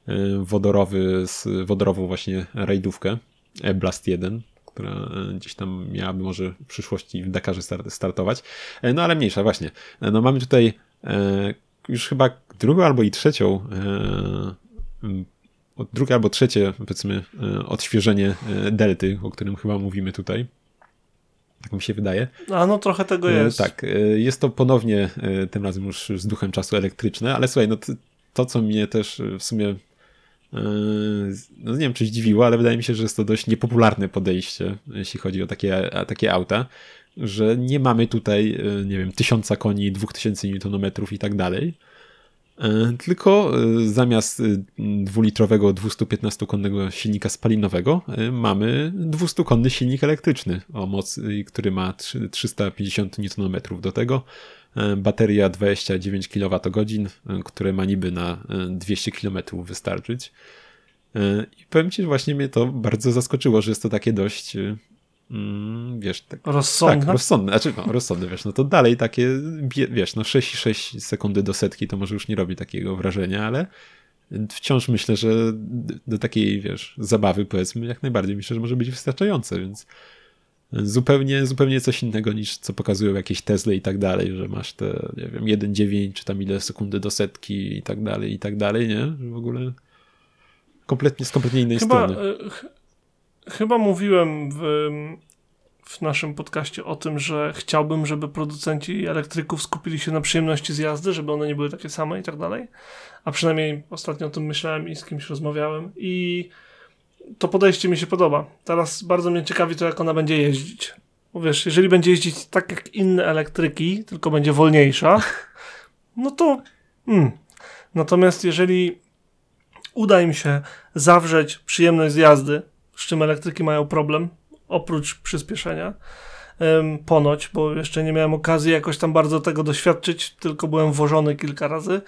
wodorową właśnie rajdówkę E-Blast 1, która gdzieś tam miałaby może w przyszłości w Dakarze startować. No ale mniejsza właśnie. No mamy tutaj już chyba drugą albo i trzecią, drugie albo trzecie, powiedzmy, odświeżenie Delty, o którym chyba mówimy tutaj. Tak mi się wydaje. A no trochę tego jest. Tak, jest to ponownie, tym razem już z duchem czasu elektryczne, ale słuchaj, no to co mnie też w sumie, no nie wiem czy zdziwiło, ale wydaje mi się, że jest to dość niepopularne podejście, jeśli chodzi o takie auta, że nie mamy tutaj, nie wiem, 1000 koni, 2000 Nm i tak dalej, tylko zamiast 2-litrowego 215-konnego silnika spalinowego mamy 200-konny silnik elektryczny o mocy, który ma 350 Nm do tego. Bateria 29 kWh, które ma niby na 200 km wystarczyć. I powiem ci, że właśnie mnie to bardzo zaskoczyło, że jest to takie dość wiesz, rozsądne. Tak, rozsądne. Znaczy, no, rozsądne, wiesz, no to dalej takie, wiesz, no 6,6 sekundy do setki to może już nie robi takiego wrażenia, ale wciąż myślę, że do takiej, wiesz, zabawy, powiedzmy, jak najbardziej myślę, że może być wystarczające, więc zupełnie coś innego niż co pokazują jakieś Tesla i tak dalej, że masz te, nie wiem, 1,9 czy tam ile sekundy do setki i tak dalej, nie? Że w ogóle z kompletnie innej strony. Chyba mówiłem w naszym podcaście o tym, że chciałbym, żeby producenci elektryków skupili się na przyjemności z jazdy, żeby one nie były takie same i tak dalej. A przynajmniej ostatnio o tym myślałem i z kimś rozmawiałem i to podejście mi się podoba. Teraz bardzo mnie ciekawi to, jak ona będzie jeździć. Bo wiesz, jeżeli będzie jeździć tak jak inne elektryki, tylko będzie wolniejsza, no to Natomiast jeżeli uda im się zawrzeć przyjemność z jazdy, z czym elektryki mają problem, oprócz przyspieszenia, ponoć, bo jeszcze nie miałem okazji jakoś tam bardzo tego doświadczyć, tylko byłem wożony kilka razy,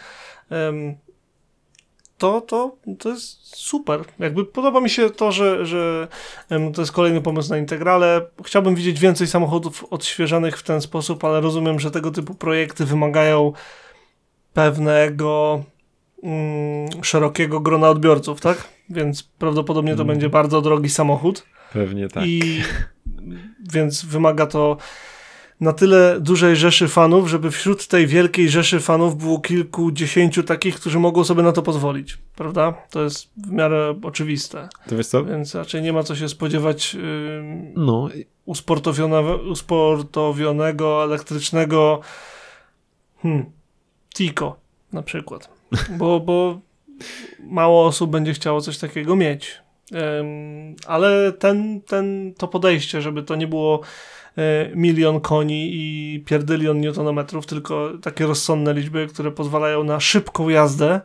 to jest super. Jakby podoba mi się to, że to jest kolejny pomysł na Integrale. Chciałbym widzieć więcej samochodów odświeżanych w ten sposób, ale rozumiem, że tego typu projekty wymagają pewnego szerokiego grona odbiorców, tak? Więc prawdopodobnie to będzie bardzo drogi samochód. Pewnie tak. Więc wymaga to na tyle dużej rzeszy fanów, żeby wśród tej wielkiej rzeszy fanów było kilkudziesięciu takich, którzy mogą sobie na to pozwolić, prawda? To jest w miarę oczywiste. To wiesz co? Więc raczej nie ma co się spodziewać no. usportowionego, elektrycznego Tico na przykład, bo mało osób będzie chciało coś takiego mieć. Ale to podejście, żeby to nie było 1 milion koni i pierdylion newtonometrów, tylko takie rozsądne liczby, które pozwalają na szybką jazdę,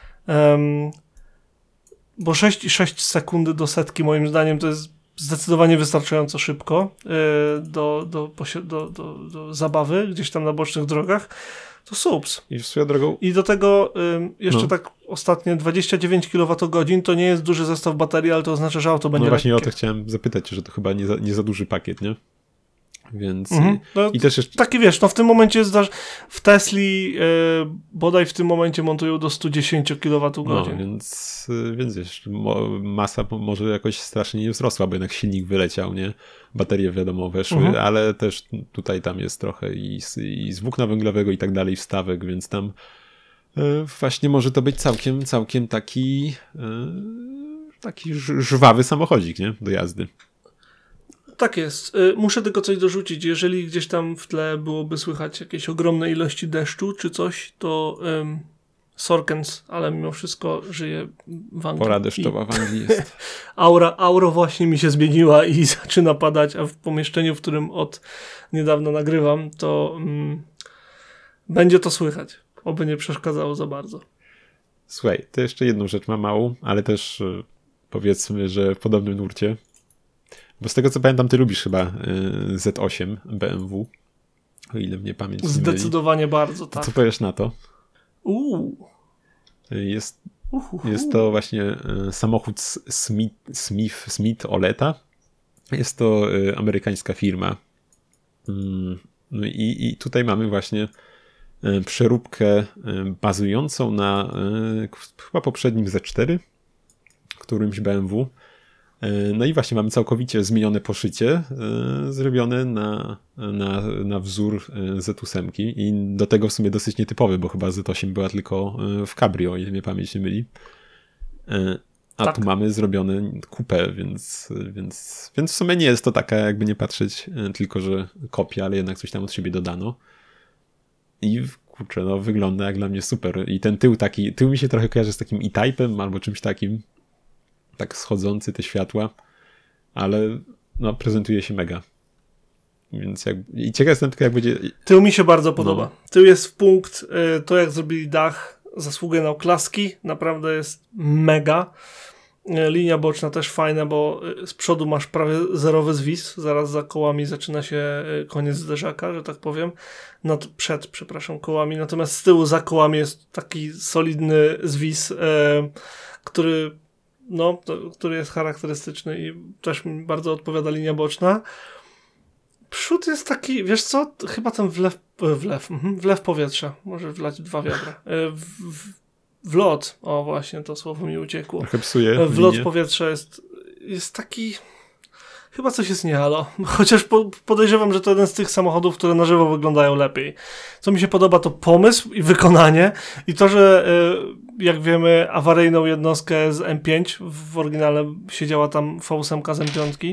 bo 6,6 sekundy do setki moim zdaniem to jest zdecydowanie wystarczająco szybko do zabawy gdzieś tam na bocznych drogach. To subs. I swoją drogą... I do tego jeszcze tak ostatnie 29 kWh to nie jest duży zestaw baterii, ale to oznacza, że auto będzie No właśnie lekkie. o to chciałem zapytać, że to chyba nie za duży pakiet, nie? Więc... No, I też jeszcze... Taki wiesz, w tym momencie w Tesli bodaj w tym momencie montują do 110 kWh. No, więc wiesz, masa może jakoś strasznie nie wzrosła, bo jednak silnik wyleciał, nie? Baterie wiadomo weszły, ale też tutaj tam jest trochę i z włókna węglowego i tak dalej wstawek, więc tam właśnie może to być całkiem taki żwawy samochodzik, nie? Do jazdy. Tak jest. Muszę tylko coś dorzucić. Jeżeli gdzieś tam w tle byłoby słychać jakieś ogromne ilości deszczu czy coś, to Sorkens, ale mimo wszystko żyje w Anglii. Pora deszczowa w Anglii jest. Aura właśnie mi się zmieniła i zaczyna padać, a w pomieszczeniu, w którym od niedawna nagrywam, to będzie to słychać. Oby nie przeszkadzało za bardzo. Słuchaj, to jeszcze jedną rzecz mam małą, ale też powiedzmy, że w podobnym nurcie. Bo z tego co pamiętam, ty lubisz chyba Z8 BMW, o ile mnie pamięć nie myli. Zdecydowanie bardzo, tak. Co powiesz na to? Jest to właśnie samochód Smith Oleta. Jest to amerykańska firma. No i tutaj mamy właśnie przeróbkę bazującą na chyba poprzednim Z4, którymś BMW. No i właśnie mamy całkowicie zmienione poszycie, zrobione na wzór Z8 i do tego w sumie dosyć nietypowy, bo chyba Z8 była tylko w cabrio, ile mnie pamięć nie myli. A tak. Tu mamy zrobione coupé, więc w sumie nie jest to taka, jakby nie patrzeć, tylko że kopia, ale jednak coś tam od siebie dodano. I kurczę, no wygląda jak dla mnie super. I ten tył mi się trochę kojarzy z takim E-Type'em albo czymś takim. Tak schodzący te światła, ale no prezentuje się mega. Więc i ciekaw jestem tylko jak będzie... Tył mi się bardzo podoba. Tył jest w punkt, to jak zrobili dach zasługuje na oklaski, naprawdę jest mega. Linia boczna też fajna, bo z przodu masz prawie zerowy zwis, zaraz za kołami zaczyna się koniec zderzaka, że tak powiem. Przed kołami, natomiast z tyłu za kołami jest taki solidny zwis, który jest charakterystyczny i też mi bardzo odpowiada linia boczna. Przód jest taki, wiesz co, chyba ten wlew powietrza, może wlać 2 wiadra. Wlot, o właśnie, to słowo mi uciekło. Trochę psuje wlot powietrza jest taki, chyba coś jest nie halo, chociaż podejrzewam, że to jeden z tych samochodów, które na żywo wyglądają lepiej. Co mi się podoba, to pomysł i wykonanie i to, że jak wiemy, awaryjną jednostkę z M5, w oryginale siedziała tam V8 z M5,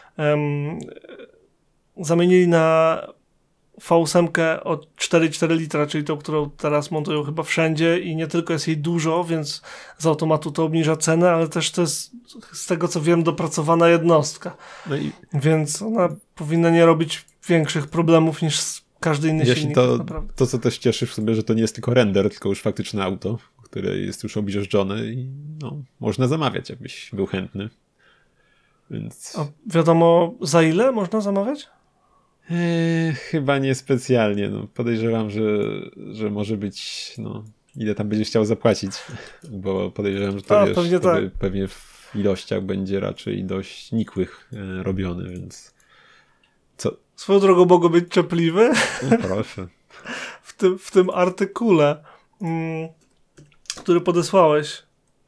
zamienili na V8 o 4,4 litra, czyli tą, którą teraz montują chyba wszędzie i nie tylko jest jej dużo, więc z automatu to obniża cenę, ale też to jest, z tego co wiem, dopracowana jednostka. No więc ona powinna nie robić większych problemów niż każdy inny silnik. To, co też cieszy w sobie, że to nie jest tylko render, tylko już faktyczne auto, które jest już objeżdżone i można zamawiać, jakbyś był chętny. Więc... A wiadomo, za ile można zamawiać? Chyba niespecjalnie. Podejrzewam, że może być, ile tam będziesz chciał zapłacić, bo podejrzewam, że to pewnie w ilościach będzie raczej dość nikłych robiony, więc co? Swoją drogą mogą być czepliwy? No, proszę. w tym artykule, który podesłałeś,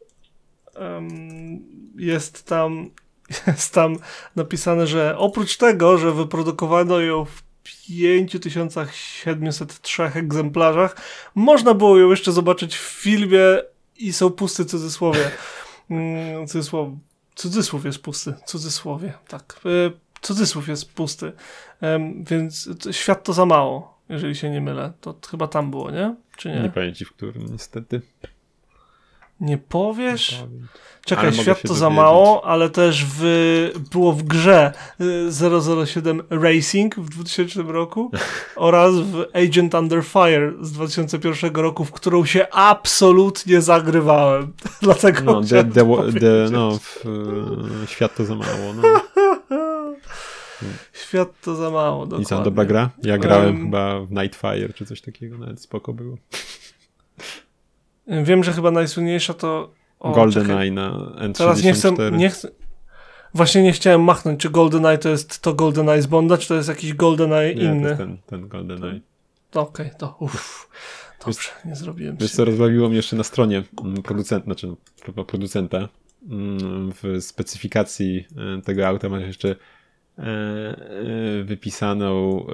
jest tam napisane, że oprócz tego, że wyprodukowano ją w 5703 egzemplarzach, można było ją jeszcze zobaczyć w filmie i są pusty cudzysłowie. Cudzysłów jest pusty. Cudzysłowie, tak. Cudzysłów jest pusty. Więc świat to za mało. jeżeli się nie mylę. To chyba tam było, nie? Czy nie? Nie pamiętam ci w którym, niestety. Nie powiesz? Nie powiem. Czekaj, Ale mogę świat się to za dowiedzieć. mało, ale też było w grze 007 Racing w 2000 roku oraz w Agent Under Fire z 2001 roku, w którą się absolutnie zagrywałem. Dlatego No, chciałem świat to za mało. No. Świat to za mało, I dokładnie. co, dobra gra? Ja grałem chyba w Nightfire czy coś takiego, nawet spoko było. Wiem, że chyba najsłynniejsza to... GoldenEye na N64. Teraz nie chcę... Właśnie nie chciałem machnąć, czy GoldenEye to jest to GoldenEye z Bonda, czy to jest jakiś GoldenEye nie, inny. to jest ten GoldenEye. Okej, to dobrze, nie zrobiłem Wiesz się. co, rozbawiło mnie jeszcze na stronie producenta w specyfikacji tego auta masz jeszcze wypisaną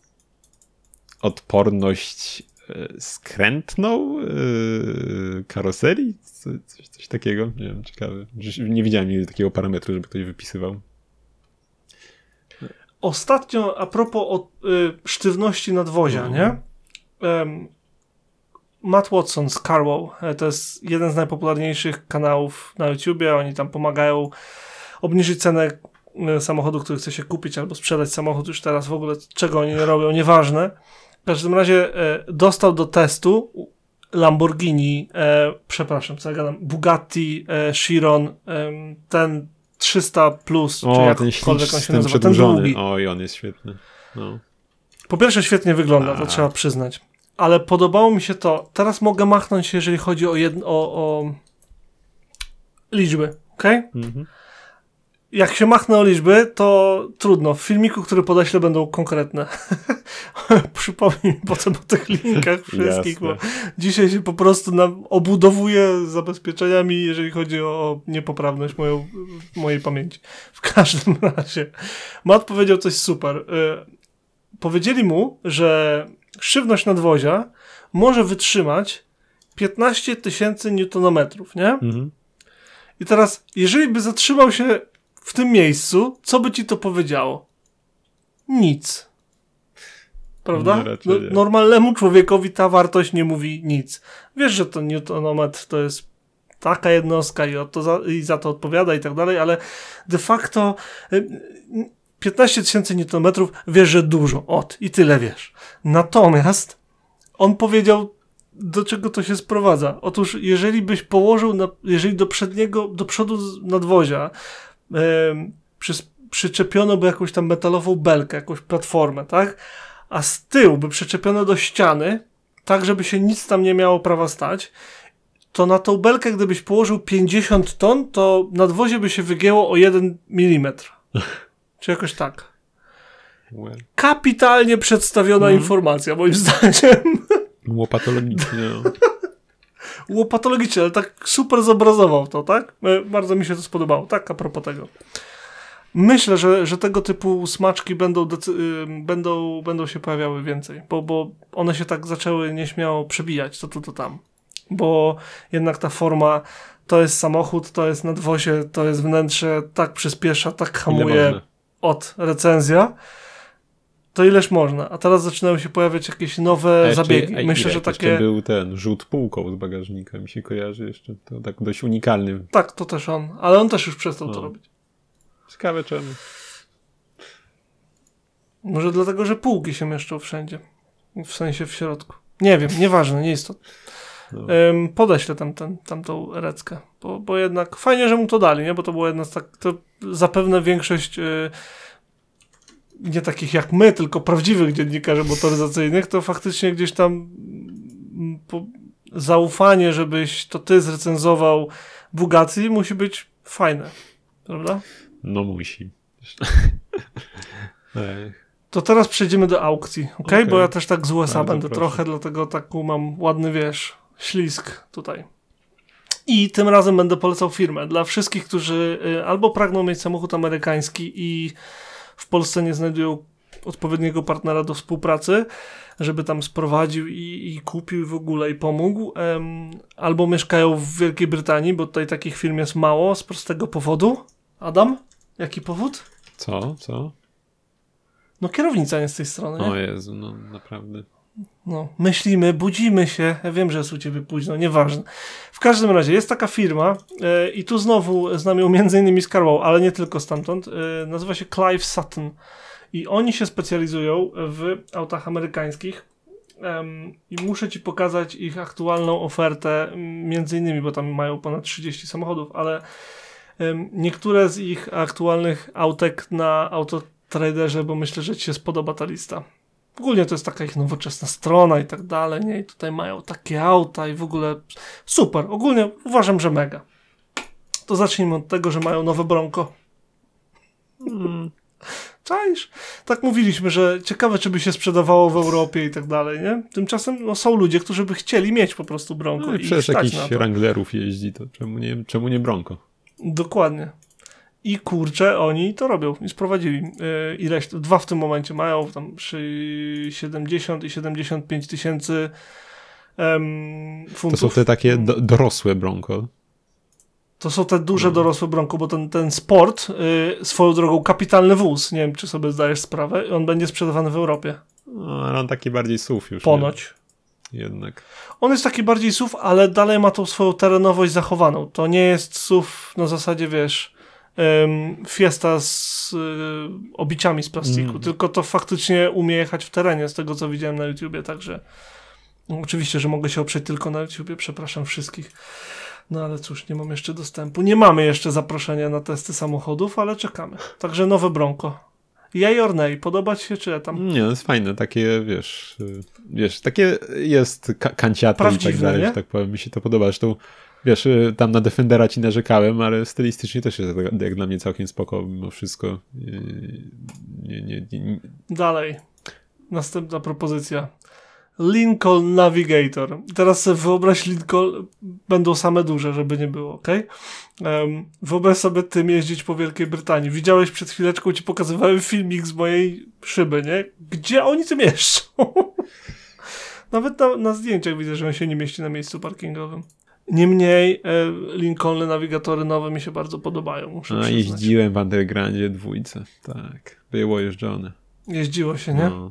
odporność skrętną karoserii? Coś takiego? Nie wiem, ciekawe. Nie widziałem nigdy takiego parametru, żeby ktoś wypisywał. Ostatnio, a propos sztywności nadwozia, nie? Matt Watson z Carwow, to jest jeden z najpopularniejszych kanałów na YouTubie. Oni tam pomagają obniżyć cenę samochodu, który chce się kupić, albo sprzedać samochód już teraz, w ogóle czego oni nie robią, nieważne. W każdym razie dostał do testu Lamborghini, Bugatti Chiron, ten 300 plus, czy jakkolwiek on się nazywa, ten długi. Oj, on jest świetny. No. Po pierwsze świetnie wygląda, to trzeba przyznać. Ale podobało mi się to, teraz mogę machnąć, jeżeli chodzi o liczby, okej? Mhm. Jak się machnę o liczby, to trudno. W filmiku, który podeślę, będą konkretne. Przypomnij mi potem o tych linkach wszystkich, bo dzisiaj się po prostu obudowuję zabezpieczeniami, jeżeli chodzi o niepoprawność mojej pamięci. W każdym razie. Matt powiedział coś super. Powiedzieli mu, że sztywność nadwozia może wytrzymać 15 000 newtonometrów, nie? Mhm. I teraz, jeżeli by zatrzymał się w tym miejscu, co by ci to powiedziało? Nic. Prawda? Normalnemu człowiekowi ta wartość nie mówi nic. Wiesz, że to newtonometr to jest taka jednostka i za to odpowiada i tak dalej, ale de facto 15 000 newtonmetrów wiesz, że dużo. I tyle wiesz. Natomiast on powiedział, do czego to się sprowadza. Otóż, jeżeli byś położył, jeżeli do przodu nadwozia przyczepiono by jakąś tam metalową belkę, jakąś platformę, tak? A z tyłu by przyczepiono do ściany, tak żeby się nic tam nie miało prawa stać, to na tą belkę, gdybyś położył 50 ton, to nadwozie by się wygięło o 1 mm. Czy jakoś tak. Kapitalnie przedstawiona informacja, moim zdaniem. Łopatologicznie. Łopatologicznie, ale tak super zobrazował to, tak? Bardzo mi się to spodobało. Tak, a propos tego. Myślę, że tego typu smaczki będą się pojawiały więcej, bo one się tak zaczęły nieśmiało przebijać, to tu, to tam. Bo jednak ta forma, to jest samochód, to jest nadwozie, to jest wnętrze, tak przyspiesza, tak hamuje recenzja. To ileż można. A teraz zaczynają się pojawiać jakieś nowe zabiegi. Myślę, że takie... Jeszcze był ten rzut półką z bagażnika, mi się kojarzy jeszcze. To tak dość unikalny. Tak, to też on. Ale on też już przestał to robić. Ciekawe czemu. Może dlatego, że półki się mieszczą wszędzie. W sensie w środku. Nie wiem, nieważne, nieistotne. No. Podeślę tamtą reckę. Bo jednak fajnie, że mu to dali, nie? Bo to było jedna z to zapewne większość nie takich jak my, tylko prawdziwych dziennikarzy motoryzacyjnych, to faktycznie gdzieś tam zaufanie, żebyś to ty zrecenzował Bugatti, musi być fajne. Prawda? No musi. To teraz przejdziemy do aukcji, okay? Bo ja też tak z USA Bardzo będę proszę. trochę, dlatego tak mam ładny, ślizg tutaj. I tym razem będę polecał firmę. Dla wszystkich, którzy albo pragną mieć samochód amerykański i w Polsce nie znajdują odpowiedniego partnera do współpracy, żeby tam sprowadził i kupił w ogóle i pomógł, albo mieszkają w Wielkiej Brytanii, bo tutaj takich firm jest mało z prostego powodu. Adam? Jaki powód? Co? No kierownica nie z tej strony, nie? O Jezu, no naprawdę. No, myślimy, budzimy się. Ja wiem, że jest u ciebie późno, nieważne. W każdym razie jest taka firma i tu znowu znam ją między innymi z Carwow, ale nie tylko stamtąd. Nazywa się Clive Sutton i oni się specjalizują w autach amerykańskich i muszę ci pokazać ich aktualną ofertę, między innymi, bo tam mają ponad 30 samochodów, ale niektóre z ich aktualnych autek na Autotraderze, bo myślę, że ci się spodoba ta lista. Ogólnie to jest taka ich nowoczesna strona i tak dalej, nie? I tutaj mają takie auta i w ogóle super. Ogólnie uważam, że mega. To zacznijmy od tego, że mają nowe Bronco. Czaisz? Tak mówiliśmy, że ciekawe, czy by się sprzedawało w Europie i tak dalej, nie? Tymczasem no, są ludzie, którzy by chcieli mieć po prostu Bronco. No i i przecież stać jakichś na to. Wranglerów jeździ, to czemu nie Bronco? Dokładnie. I kurczę, oni to robią i sprowadzili. Ileś, dwa w tym momencie mają, tam 70 i 75 tysięcy funtów. To są te takie dorosłe Bronco. To są te duże dorosłe Bronco, bo ten Sport, swoją drogą kapitalny wóz, nie wiem, czy sobie zdajesz sprawę, on będzie sprzedawany w Europie. No, ale on taki bardziej SUV już. Ponoć. Nie? Jednak. On jest taki bardziej SUV, ale dalej ma tą swoją terenowość zachowaną. To nie jest SUV na zasadzie, wiesz, Fiesta z obiciami z plastiku, tylko to faktycznie umie jechać w terenie, z tego co widziałem na YouTubie, także no, oczywiście, że mogę się oprzeć tylko na YouTubie, przepraszam wszystkich. No ale cóż, nie mam jeszcze dostępu. Nie mamy jeszcze zaproszenia na testy samochodów, ale czekamy. Także nowe Bronco. Yay or nay? Podoba ci się, czy tam? Nie, to jest fajne. Takie, wiesz, takie jest kanciate i tak dalej, nie? że tak powiem. Mi się to podoba. Zresztą, wiesz, tam na Defendera ci narzekałem, ale stylistycznie też jest jak dla mnie całkiem spoko mimo wszystko. Nie. Dalej. Następna propozycja. Lincoln Navigator. Teraz sobie wyobraź Lincoln, będą same duże, żeby nie było, okej? Wyobraź sobie tym jeździć po Wielkiej Brytanii. Widziałeś przed chwileczką, ci pokazywałem filmik z mojej szyby, nie? Gdzie oni tym jeżdżą? Nawet na zdjęciach widzę, że on się nie mieści na miejscu parkingowym. Niemniej Lincolny Navigatory nowe mi się bardzo podobają, muszę przyznać. Jeździłem w Undergroundzie 2, tak. Było jeżdżone. Jeździło się, nie? No.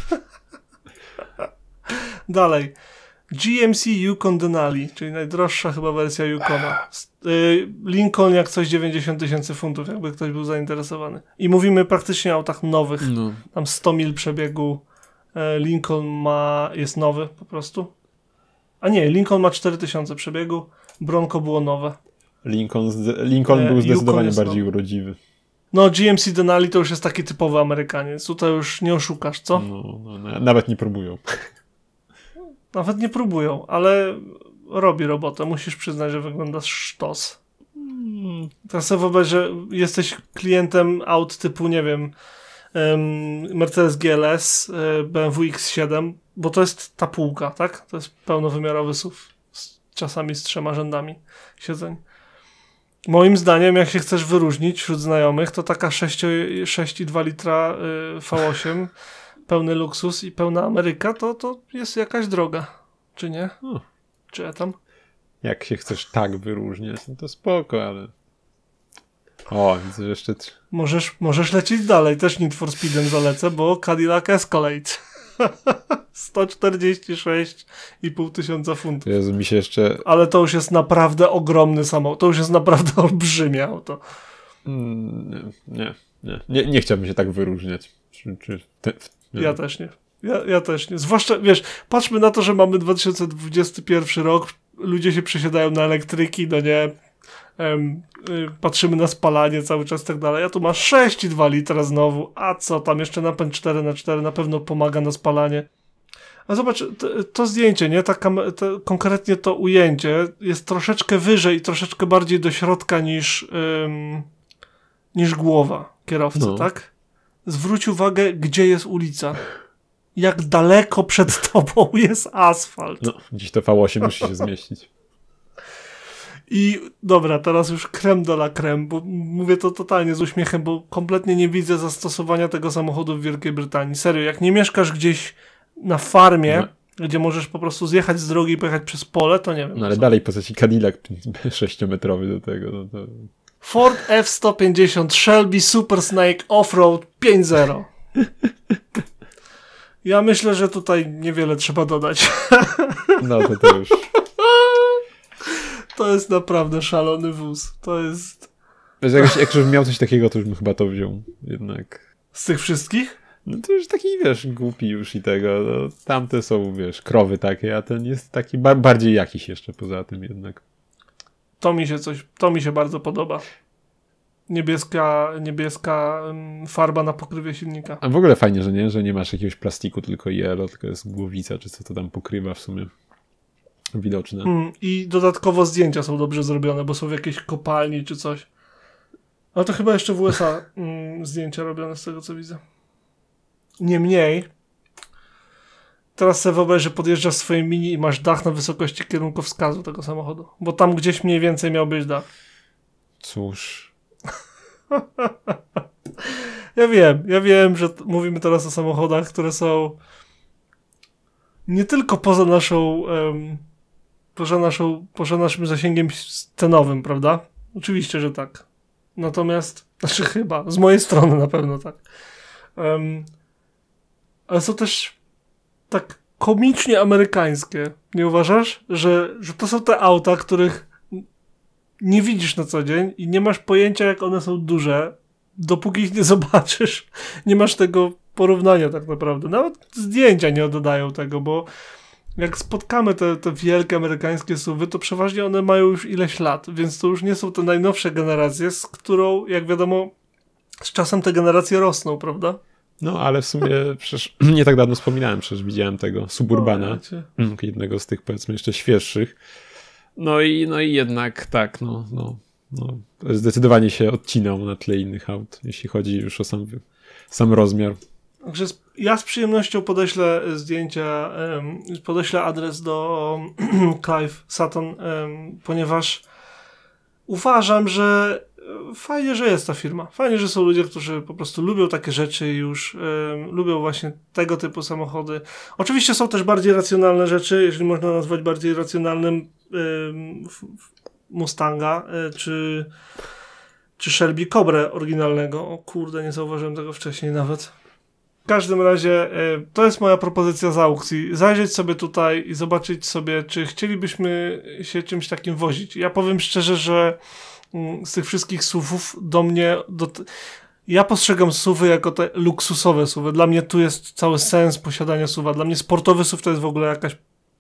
Dalej. GMC Yukon Denali, czyli najdroższa chyba wersja Yukona. Lincoln jak coś 90 tysięcy funtów, jakby ktoś był zainteresowany. I mówimy praktycznie o autach nowych. No. Tam 100 mil przebiegu. Lincoln jest nowy po prostu. A nie, Lincoln ma 4000 przebiegu. Bronco było nowe. Lincoln był zdecydowanie jest bardziej nowy. urodziwy. No GMC Denali to już jest taki typowy Amerykaniec. Tutaj już nie oszukasz, co? No, nawet nie próbują. Nawet nie próbują, ale robi robotę. Musisz przyznać, że wyglądasz sztos. Teraz sobie wyobraź, że jesteś klientem aut typu, nie wiem, Mercedes GLS, BMW X7, bo to jest ta półka, tak? To jest pełnowymiarowy SUV, czasami z 3 rzędami siedzeń. Moim zdaniem, jak się chcesz wyróżnić wśród znajomych, to taka 6,2 litra V8, pełny luksus i pełna Ameryka, to jest jakaś droga. Czy nie? Czy ja tam? Jak się chcesz tak wyróżniać, no to spoko, ale... O, widzę, że jeszcze... Możesz lecieć dalej, też Need for Speedem zalecę, bo Cadillac Escalade. 146,5 tysiąca funtów. Jezu, mi się jeszcze... Ale to już jest naprawdę ogromny samochód. To już jest naprawdę olbrzymie auto. Nie chciałbym się tak wyróżniać. Ja też nie. Ja też nie. Zwłaszcza, wiesz, patrzmy na to, że mamy 2021 rok, ludzie się przesiadają na elektryki, no nie... patrzymy na spalanie cały czas i tak dalej. Ja tu masz 6,2 litra znowu. A co, tam jeszcze napęd 4x4 na pewno pomaga na spalanie. A zobacz, to zdjęcie, nie? Konkretnie to ujęcie jest troszeczkę wyżej i troszeczkę bardziej do środka niż głowa kierowcy, tak? Zwróć uwagę, gdzie jest ulica. Jak daleko przed tobą jest asfalt. No, dziś to V8 musi się zmieścić. I dobra, teraz już creme de la creme, bo mówię to totalnie z uśmiechem, bo kompletnie nie widzę zastosowania tego samochodu w Wielkiej Brytanii. Serio, jak nie mieszkasz gdzieś na farmie, gdzie możesz po prostu zjechać z drogi i pojechać przez pole, to nie wiem. No ale dalej po co ci Cadillac 6-metrowy do tego, no to... Ford F-150 Shelby Super Snake Offroad 5.0. Ja myślę, że tutaj niewiele trzeba dodać. No to już. To jest naprawdę szalony wóz. To jest... Jak już miał coś takiego, to już bym chyba to wziął. Jednak. Z tych wszystkich? No to już taki, wiesz, głupi już i tego. No, tamte są, wiesz, krowy takie, a ten jest taki bardziej jakiś jeszcze poza tym jednak. To mi się bardzo podoba. Niebieska farba na pokrywie silnika. A w ogóle fajnie, że nie masz jakiegoś plastiku, tylko yellow, tylko jest głowica, czy co to tam pokrywa w sumie. Widoczne. I dodatkowo zdjęcia są dobrze zrobione, bo są w jakiejś kopalni czy coś. Ale to chyba jeszcze w USA zdjęcia robione z tego, co widzę. Niemniej, teraz sobie wyobraź, że podjeżdżasz swoim mini i masz dach na wysokości kierunkowskazu tego samochodu. Bo tam gdzieś mniej więcej miał być dach. Cóż. Ja wiem, że mówimy teraz o samochodach, które są nie tylko poza naszym zasięgiem cenowym, prawda? Oczywiście, że tak. Natomiast, chyba, z mojej strony na pewno tak. Ale są też tak komicznie amerykańskie. Nie uważasz? Że to są te auta, których nie widzisz na co dzień i nie masz pojęcia, jak one są duże, dopóki ich nie zobaczysz. Nie masz tego porównania tak naprawdę. Nawet zdjęcia nie oddają tego, bo jak spotkamy te wielkie amerykańskie SUV-y, to przeważnie one mają już ileś lat, więc to już nie są te najnowsze generacje, z którą, jak wiadomo, z czasem te generacje rosną, prawda? No, ale w sumie przecież nie tak dawno wspominałem, przecież widziałem tego Suburbana, jednego z tych, powiedzmy, jeszcze świeższych. No i jednak tak, zdecydowanie się odcinał na tle innych aut, jeśli chodzi już o sam rozmiar. Także ja z przyjemnością podeślę zdjęcia, podeślę adres do Clive Sutton, ponieważ uważam, że fajnie, że jest ta firma. Fajnie, że są ludzie, którzy po prostu lubią takie rzeczy i już lubią właśnie tego typu samochody. Oczywiście są też bardziej racjonalne rzeczy, jeżeli można nazwać bardziej racjonalnym Mustanga, czy Shelby Cobrę oryginalnego. O kurde, nie zauważyłem tego wcześniej nawet. W każdym razie to jest moja propozycja z aukcji. Zajrzeć sobie tutaj i zobaczyć sobie, czy chcielibyśmy się czymś takim wozić. Ja powiem szczerze, że z tych wszystkich SUV-ów do mnie... Ja postrzegam SUV-y jako te luksusowe SUV-y. Dla mnie tu jest cały sens posiadania SUV-a. Dla mnie sportowy SUV to jest w ogóle jakaś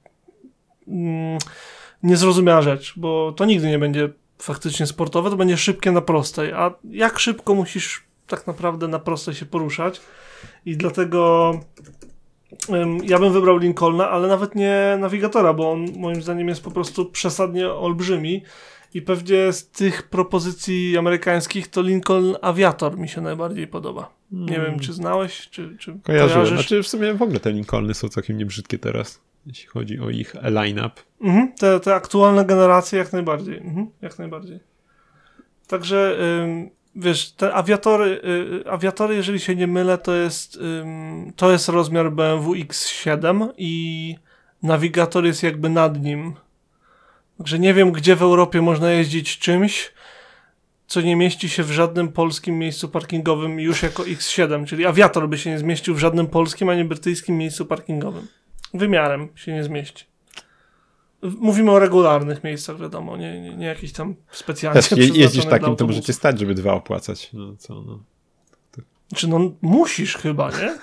niezrozumiała rzecz, bo to nigdy nie będzie faktycznie sportowe, to będzie szybkie na prostej. A jak szybko musisz tak naprawdę na prostej się poruszać? I dlatego ja bym wybrał Lincolna, ale nawet nie Navigatora, bo on moim zdaniem jest po prostu przesadnie olbrzymi i pewnie z tych propozycji amerykańskich to Lincoln Aviator mi się najbardziej podoba. Nie wiem, czy znałeś, czy kojarzysz? Znaczy w sumie w ogóle te Lincolny są całkiem niebrzydkie teraz, jeśli chodzi o ich line-up. Te aktualne generacje jak najbardziej. Jak najbardziej. Także wiesz, te awiatory, jeżeli się nie mylę, to jest rozmiar BMW X7 i Navigator jest jakby nad nim. Także nie wiem, gdzie w Europie można jeździć czymś, co nie mieści się w żadnym polskim miejscu parkingowym już jako X7, czyli awiator by się nie zmieścił w żadnym polskim ani brytyjskim miejscu parkingowym. Wymiarem się nie zmieści. Mówimy o regularnych miejscach, wiadomo, nie jakichś tam specjalnie przeznaczonych jeździsz takim, dla to możecie stać, żeby 2 opłacać. No co, no. Czy musisz chyba, nie?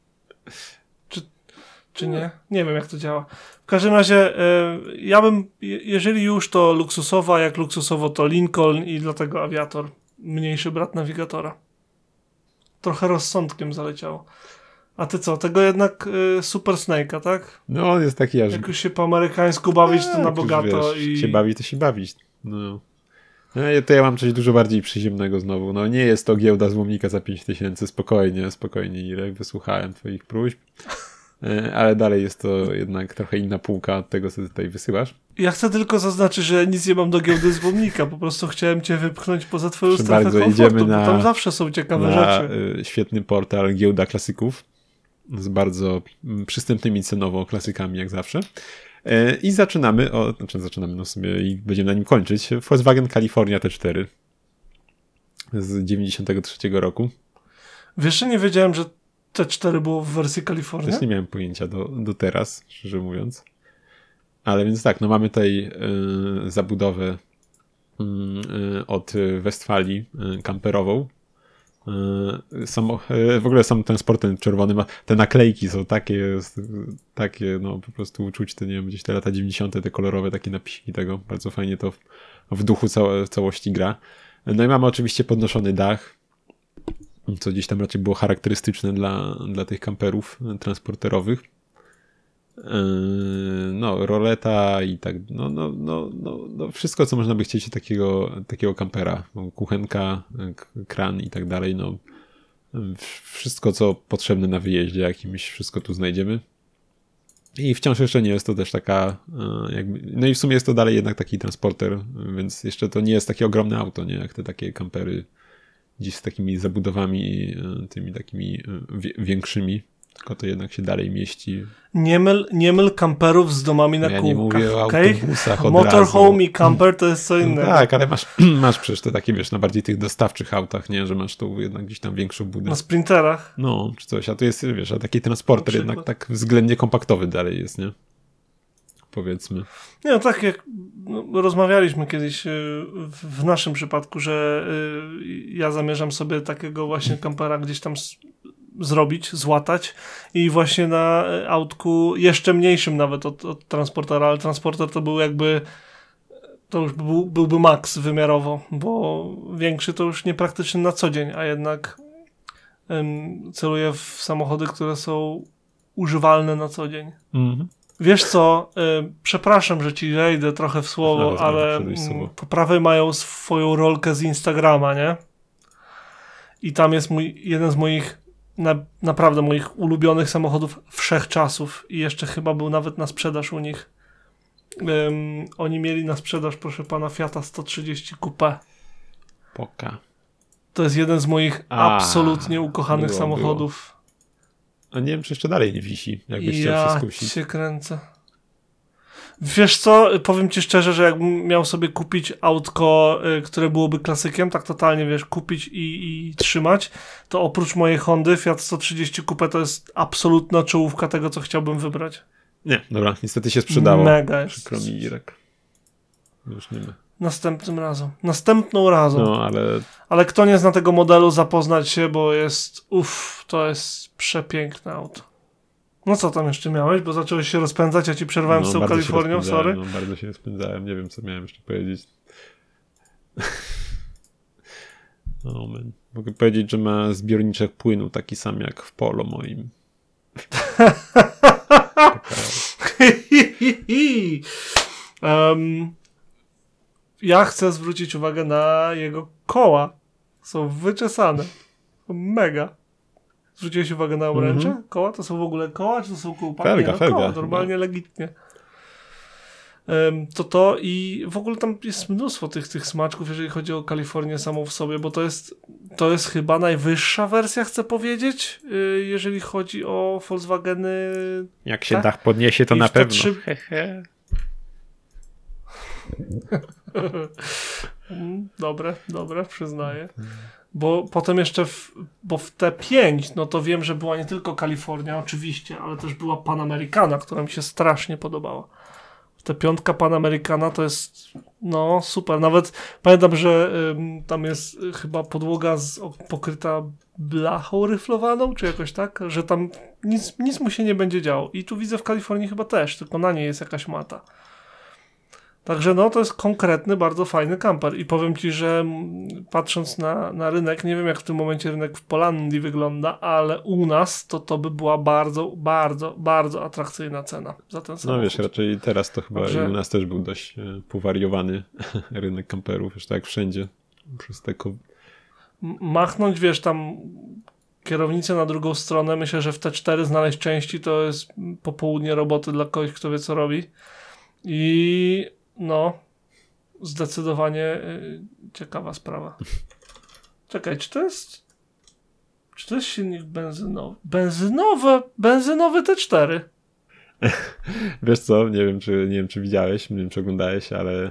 Czy nie? Nie wiem, jak to działa. W każdym razie ja bym, jeżeli już to luksusowa, jak luksusowo to Lincoln i dlatego Aviator, mniejszy brat Navigatora. Trochę rozsądkiem zaleciało. A ty co? Tego jednak Super Snake'a, tak? No on jest taki aż... Jak już się po amerykańsku bawić, to na bogato. Wiesz, się bawi, to się bawić. No. To ja mam coś dużo bardziej przyziemnego znowu. No nie jest to giełda złomnika za 5000, spokojnie Irek, wysłuchałem twoich próśb. Ale dalej jest to jednak trochę inna półka od tego, co ty tutaj wysyłasz. Ja chcę tylko zaznaczyć, że nic nie mam do giełdy złomnika. Po prostu chciałem cię wypchnąć poza twoją strefę komfortu, bo tam zawsze są ciekawe rzeczy. Świetny portal Giełda Klasyków z bardzo przystępnymi cenowo klasykami, jak zawsze. I zaczynamy, w sumie i będziemy na nim kończyć. Volkswagen California T4 z 93 roku. Wiesz, że nie wiedziałem, że T4 było w wersji Kalifornia? Też nie miałem pojęcia do teraz, szczerze mówiąc. Ale więc tak, no mamy tutaj zabudowę od Westfalii kamperową. W ogóle sam ten sport ten czerwony ma, te naklejki są takie no po prostu uczuć te, nie wiem, gdzieś te lata 90. te kolorowe takie napisiki tego, bardzo fajnie to w duchu całości gra. No i mamy oczywiście podnoszony dach, co gdzieś tam raczej było charakterystyczne dla tych kamperów transporterowych. No, roleta i tak, no wszystko, co można by chcieć takiego kampera. Kuchenka, kran i tak dalej, no wszystko, co potrzebne na wyjeździe jakimś, wszystko tu znajdziemy. I wciąż jeszcze nie jest to też taka no i w sumie jest to dalej jednak taki transporter, więc jeszcze to nie jest takie ogromne auto, nie jak te takie kampery gdzieś z takimi zabudowami, tymi takimi większymi. Tylko to jednak się dalej mieści. Nie myl kamperów z domami na kółkach. Ja nie mówię o autobusach od Motorhome i camper to jest co innego. No tak, ale masz przecież te takie, wiesz, na bardziej tych dostawczych autach, nie? Że masz tu jednak gdzieś tam większą budę. Na sprinterach. No, czy coś. A tu jest, wiesz, a taki transporter jednak tak względnie kompaktowy dalej jest, nie? Powiedzmy. Nie, no tak jak rozmawialiśmy kiedyś w naszym przypadku, że ja zamierzam sobie takiego właśnie kampera gdzieś tam zrobić, złatać i właśnie na autku jeszcze mniejszym nawet od transportera, ale transporter to był jakby to już byłby maks wymiarowo, bo większy to już niepraktyczny na co dzień, a jednak celuję w samochody, które są używalne na co dzień. Mhm. Wiesz co, przepraszam, że ci wejdę trochę w słowo, ale po prawej mają swoją rolkę z Instagrama, nie? I tam jest jeden z moich naprawdę moich ulubionych samochodów wszechczasów i jeszcze chyba był nawet na sprzedaż u nich. Oni mieli na sprzedaż, proszę pana, Fiata 130 Coupé. Poka. To jest jeden z moich absolutnie ukochanych samochodów. A nie wiem, czy jeszcze dalej nie wisi, jakbyś chciał się skusić. Ja cię kręcę. Wiesz co, powiem ci szczerze, że jakbym miał sobie kupić autko, które byłoby klasykiem, tak totalnie, wiesz, kupić i trzymać, to oprócz mojej Hondy Fiat 130 Coupé to jest absolutna czołówka tego, co chciałbym wybrać. Nie, dobra, niestety się sprzedało. Mega jest. Przykro mi, Irek. Już nie ma. Następną razą. No, ale kto nie zna tego modelu, zapoznać się, bo to jest przepiękne auto. No co tam jeszcze miałeś? Bo zacząłeś się rozpędzać, ja ci przerwałem z tą Kalifornią, sorry. No, bardzo się rozpędzałem, nie wiem, co miałem jeszcze powiedzieć. Oh man. Mogę powiedzieć, że ma zbiorniczek płynu taki sam jak w Polo moim. Ja chcę zwrócić uwagę na jego koła. Są wyczesane. Mega. Zwróciłeś uwagę na obręcze? Koła? To są w ogóle koła, czy to są kółpaki? Felga. Koła, normalnie, legitnie. To i w ogóle tam jest mnóstwo tych smaczków, jeżeli chodzi o Kalifornię samą w sobie, bo to jest chyba najwyższa wersja, chcę powiedzieć, jeżeli chodzi o Volkswageny. Jak się dach podniesie, to na pewno. Dobre, przyznaję. Bo potem jeszcze w T5, no to wiem, że była nie tylko Kalifornia oczywiście, ale też była Panamericana, która mi się strasznie podobała. T5 Panamericana to jest no super. Nawet pamiętam, że tam jest chyba podłoga pokryta blachą ryflowaną, czy jakoś tak, że tam nic mu się nie będzie działo. I tu widzę w Kalifornii chyba też, tylko na niej jest jakaś mata. Także no to jest konkretny, bardzo fajny kamper i powiem ci, że patrząc na rynek, nie wiem jak w tym momencie rynek w Polandii wygląda, ale u nas to by była bardzo, bardzo, bardzo atrakcyjna cena za ten samochód. No wiesz, raczej teraz to chyba i u nas też był dość powariowany rynek kamperów, już tak jak wszędzie. Przez machnąć, wiesz, tam kierownicę na drugą stronę, myślę, że w T4 znaleźć części to jest popołudnie roboty dla kogoś, kto wie co robi. I no, zdecydowanie ciekawa sprawa. Czekaj, czy to jest silnik benzynowy? Benzynowy T4. Wiesz co, nie wiem czy widziałeś, nie wiem czy oglądałeś, ale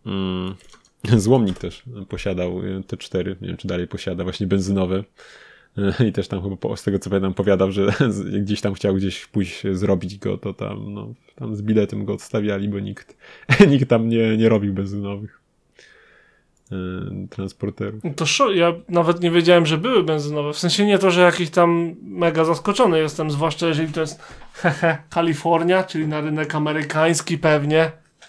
Złomnik też posiadał T4, nie wiem czy dalej posiada, właśnie benzynowe. I też tam chyba z tego co pamiętam powiadał, że gdzieś tam chciał gdzieś pójść zrobić go, to tam z biletem go odstawiali, bo nikt tam nie robił benzynowych transporterów. Ja nawet nie wiedziałem, że były benzynowe. W sensie nie to, że jakiś tam mega zaskoczony jestem, zwłaszcza jeżeli to jest Kalifornia, czyli na rynek amerykański pewnie.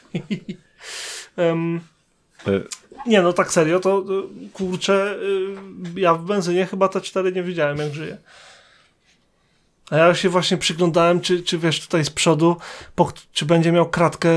Nie, no tak serio, to kurczę, ja w benzynie chyba te 4 nie widziałem, jak żyje. A ja się właśnie przyglądałem, czy wiesz, tutaj z przodu, czy będzie miał kratkę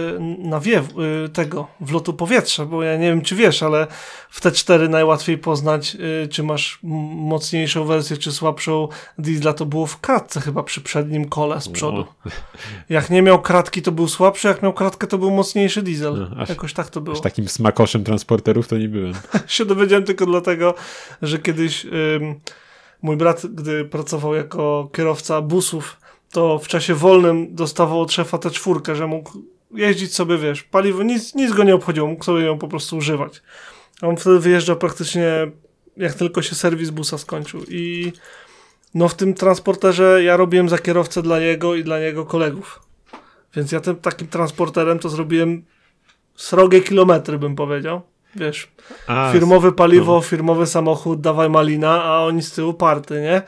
tego wlotu powietrza, bo ja nie wiem, czy wiesz, ale w T4 najłatwiej poznać, czy masz mocniejszą wersję, czy słabszą diesla, to było w kratce chyba przy przednim kole z przodu. Jak nie miał kratki, to był słabszy, jak miał kratkę, to był mocniejszy diesel. Jakoś tak to było. Aż takim smakoszem transporterów to nie byłem. się dowiedziałem tylko dlatego, że kiedyś... Mój brat, gdy pracował jako kierowca busów, to w czasie wolnym dostawał od szefa T4, że mógł jeździć sobie, wiesz, paliwo, nic go nie obchodziło, mógł sobie ją po prostu używać. A on wtedy wyjeżdżał praktycznie, jak tylko się serwis busa skończył. I no w tym transporterze ja robiłem za kierowcę dla jego i dla jego kolegów. Więc ja takim transporterem to zrobiłem srogie kilometry, bym powiedział. Wiesz, firmowe paliwo, firmowy samochód, dawaj malina, a oni z tyłu party, nie?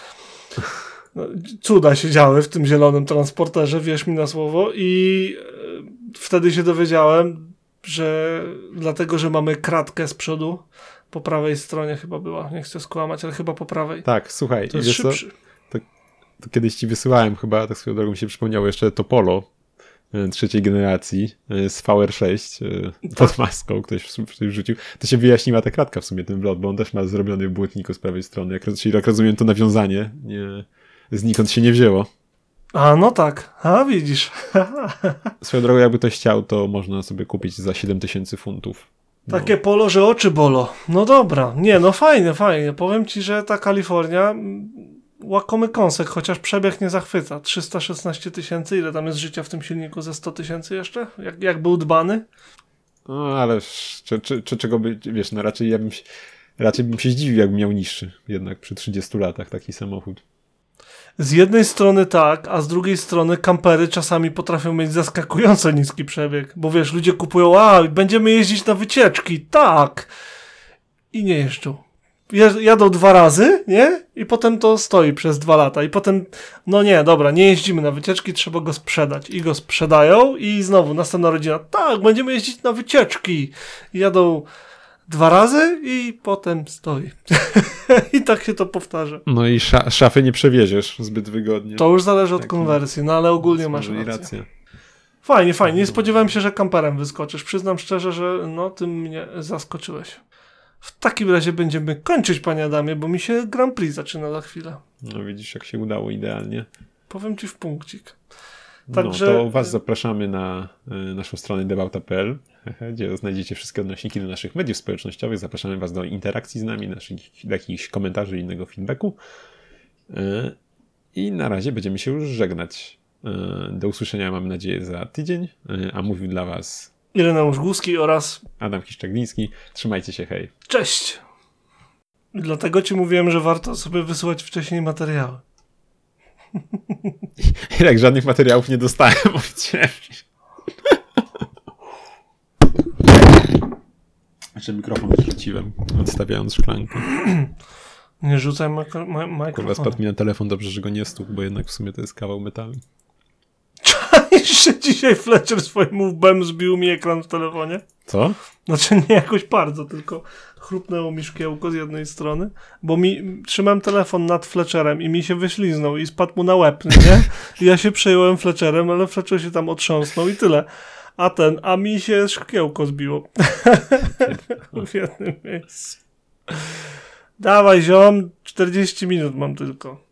No, cuda się działy w tym zielonym transporterze, wierz mi na słowo. I wtedy się dowiedziałem, że dlatego, że mamy kratkę z przodu, po prawej stronie chyba była, nie chcę skłamać, ale chyba po prawej. Tak, słuchaj, to jest szybszy. To kiedyś ci wysyłałem chyba, tak swoją drogą mi się przypomniało jeszcze to Polo 3. generacji z VR6 pod maską ktoś wrzucił, to się wyjaśniła ta kratka w sumie, ten wlot, bo on też ma zrobiony w błotniku z prawej strony, czyli jak rozumiem to nawiązanie znikąd się nie wzięło. A no tak, widzisz. Swoją drogą jakby ktoś chciał, to można sobie kupić za 7000 funtów. No. Takie Polo, że oczy bolo. No dobra, nie no fajnie. Powiem ci, że ta Kalifornia łakomy kąsek, chociaż przebieg nie zachwyca. 316 000, ile tam jest życia w tym silniku? Ze 100 000 jeszcze? Jak był dbany? No ale czego by, wiesz, no raczej bym się zdziwił, jakbym miał niższy, jednak przy 30 latach taki samochód. Z jednej strony tak, a z drugiej strony kampery czasami potrafią mieć zaskakująco niski przebieg, bo wiesz, ludzie kupują, będziemy jeździć na wycieczki, tak, i nie jeżdżą. Jadą 2 razy, nie? I potem to stoi przez 2 lata. I potem, no nie, dobra, nie jeździmy na wycieczki, trzeba go sprzedać. I go sprzedają i znowu następna rodzina, tak, będziemy jeździć na wycieczki. I jadą 2 razy i potem stoi. I tak się to powtarza. No i szafy nie przewieziesz zbyt wygodnie. To już zależy od konwersji, no ale ogólnie masz rację. Fajnie. Nie spodziewałem się, że kamperem wyskoczysz. Przyznam szczerze, że no, ty mnie zaskoczyłeś. W takim razie będziemy kończyć, panie Adamie, bo mi się Grand Prix zaczyna za chwilę. No widzisz, jak się udało idealnie. Powiem ci w punkcik. Także... No to was zapraszamy na naszą stronę debauta.pl, gdzie znajdziecie wszystkie odnośniki do naszych mediów społecznościowych. Zapraszamy was do interakcji z nami, do jakichś komentarzy i innego feedbacku. I na razie będziemy się już żegnać. Do usłyszenia, mam nadzieję, za tydzień. A mówił dla was Ireneusz Głuski oraz Adam Kiszczagliński. Trzymajcie się, hej. Cześć! I dlatego ci mówiłem, że warto sobie wysyłać wcześniej materiały. Jak żadnych materiałów nie dostałem od ciebie. Jeszcze mikrofon wyrzuciłem, odstawiając szklankę. Nie rzucaj mikrofonu. Kurwa, spadł mi na telefon, dobrze, że go nie stukł, bo jednak w sumie to jest kawał metalu. Jeszcze dzisiaj Fletcher swoim łbem zbił mi ekran w telefonie. Co? Znaczy nie jakoś bardzo, tylko chrupnęło mi szkiełko z jednej strony, bo trzymałem telefon nad Fletcherem i mi się wyśliznął i spadł mu na łeb, nie? I ja się przejąłem Fletcherem, ale Fletcher się tam otrząsnął i tyle. A mi się szkiełko zbiło. W jednym miejscu. Dawaj ziom, 40 minut mam tylko.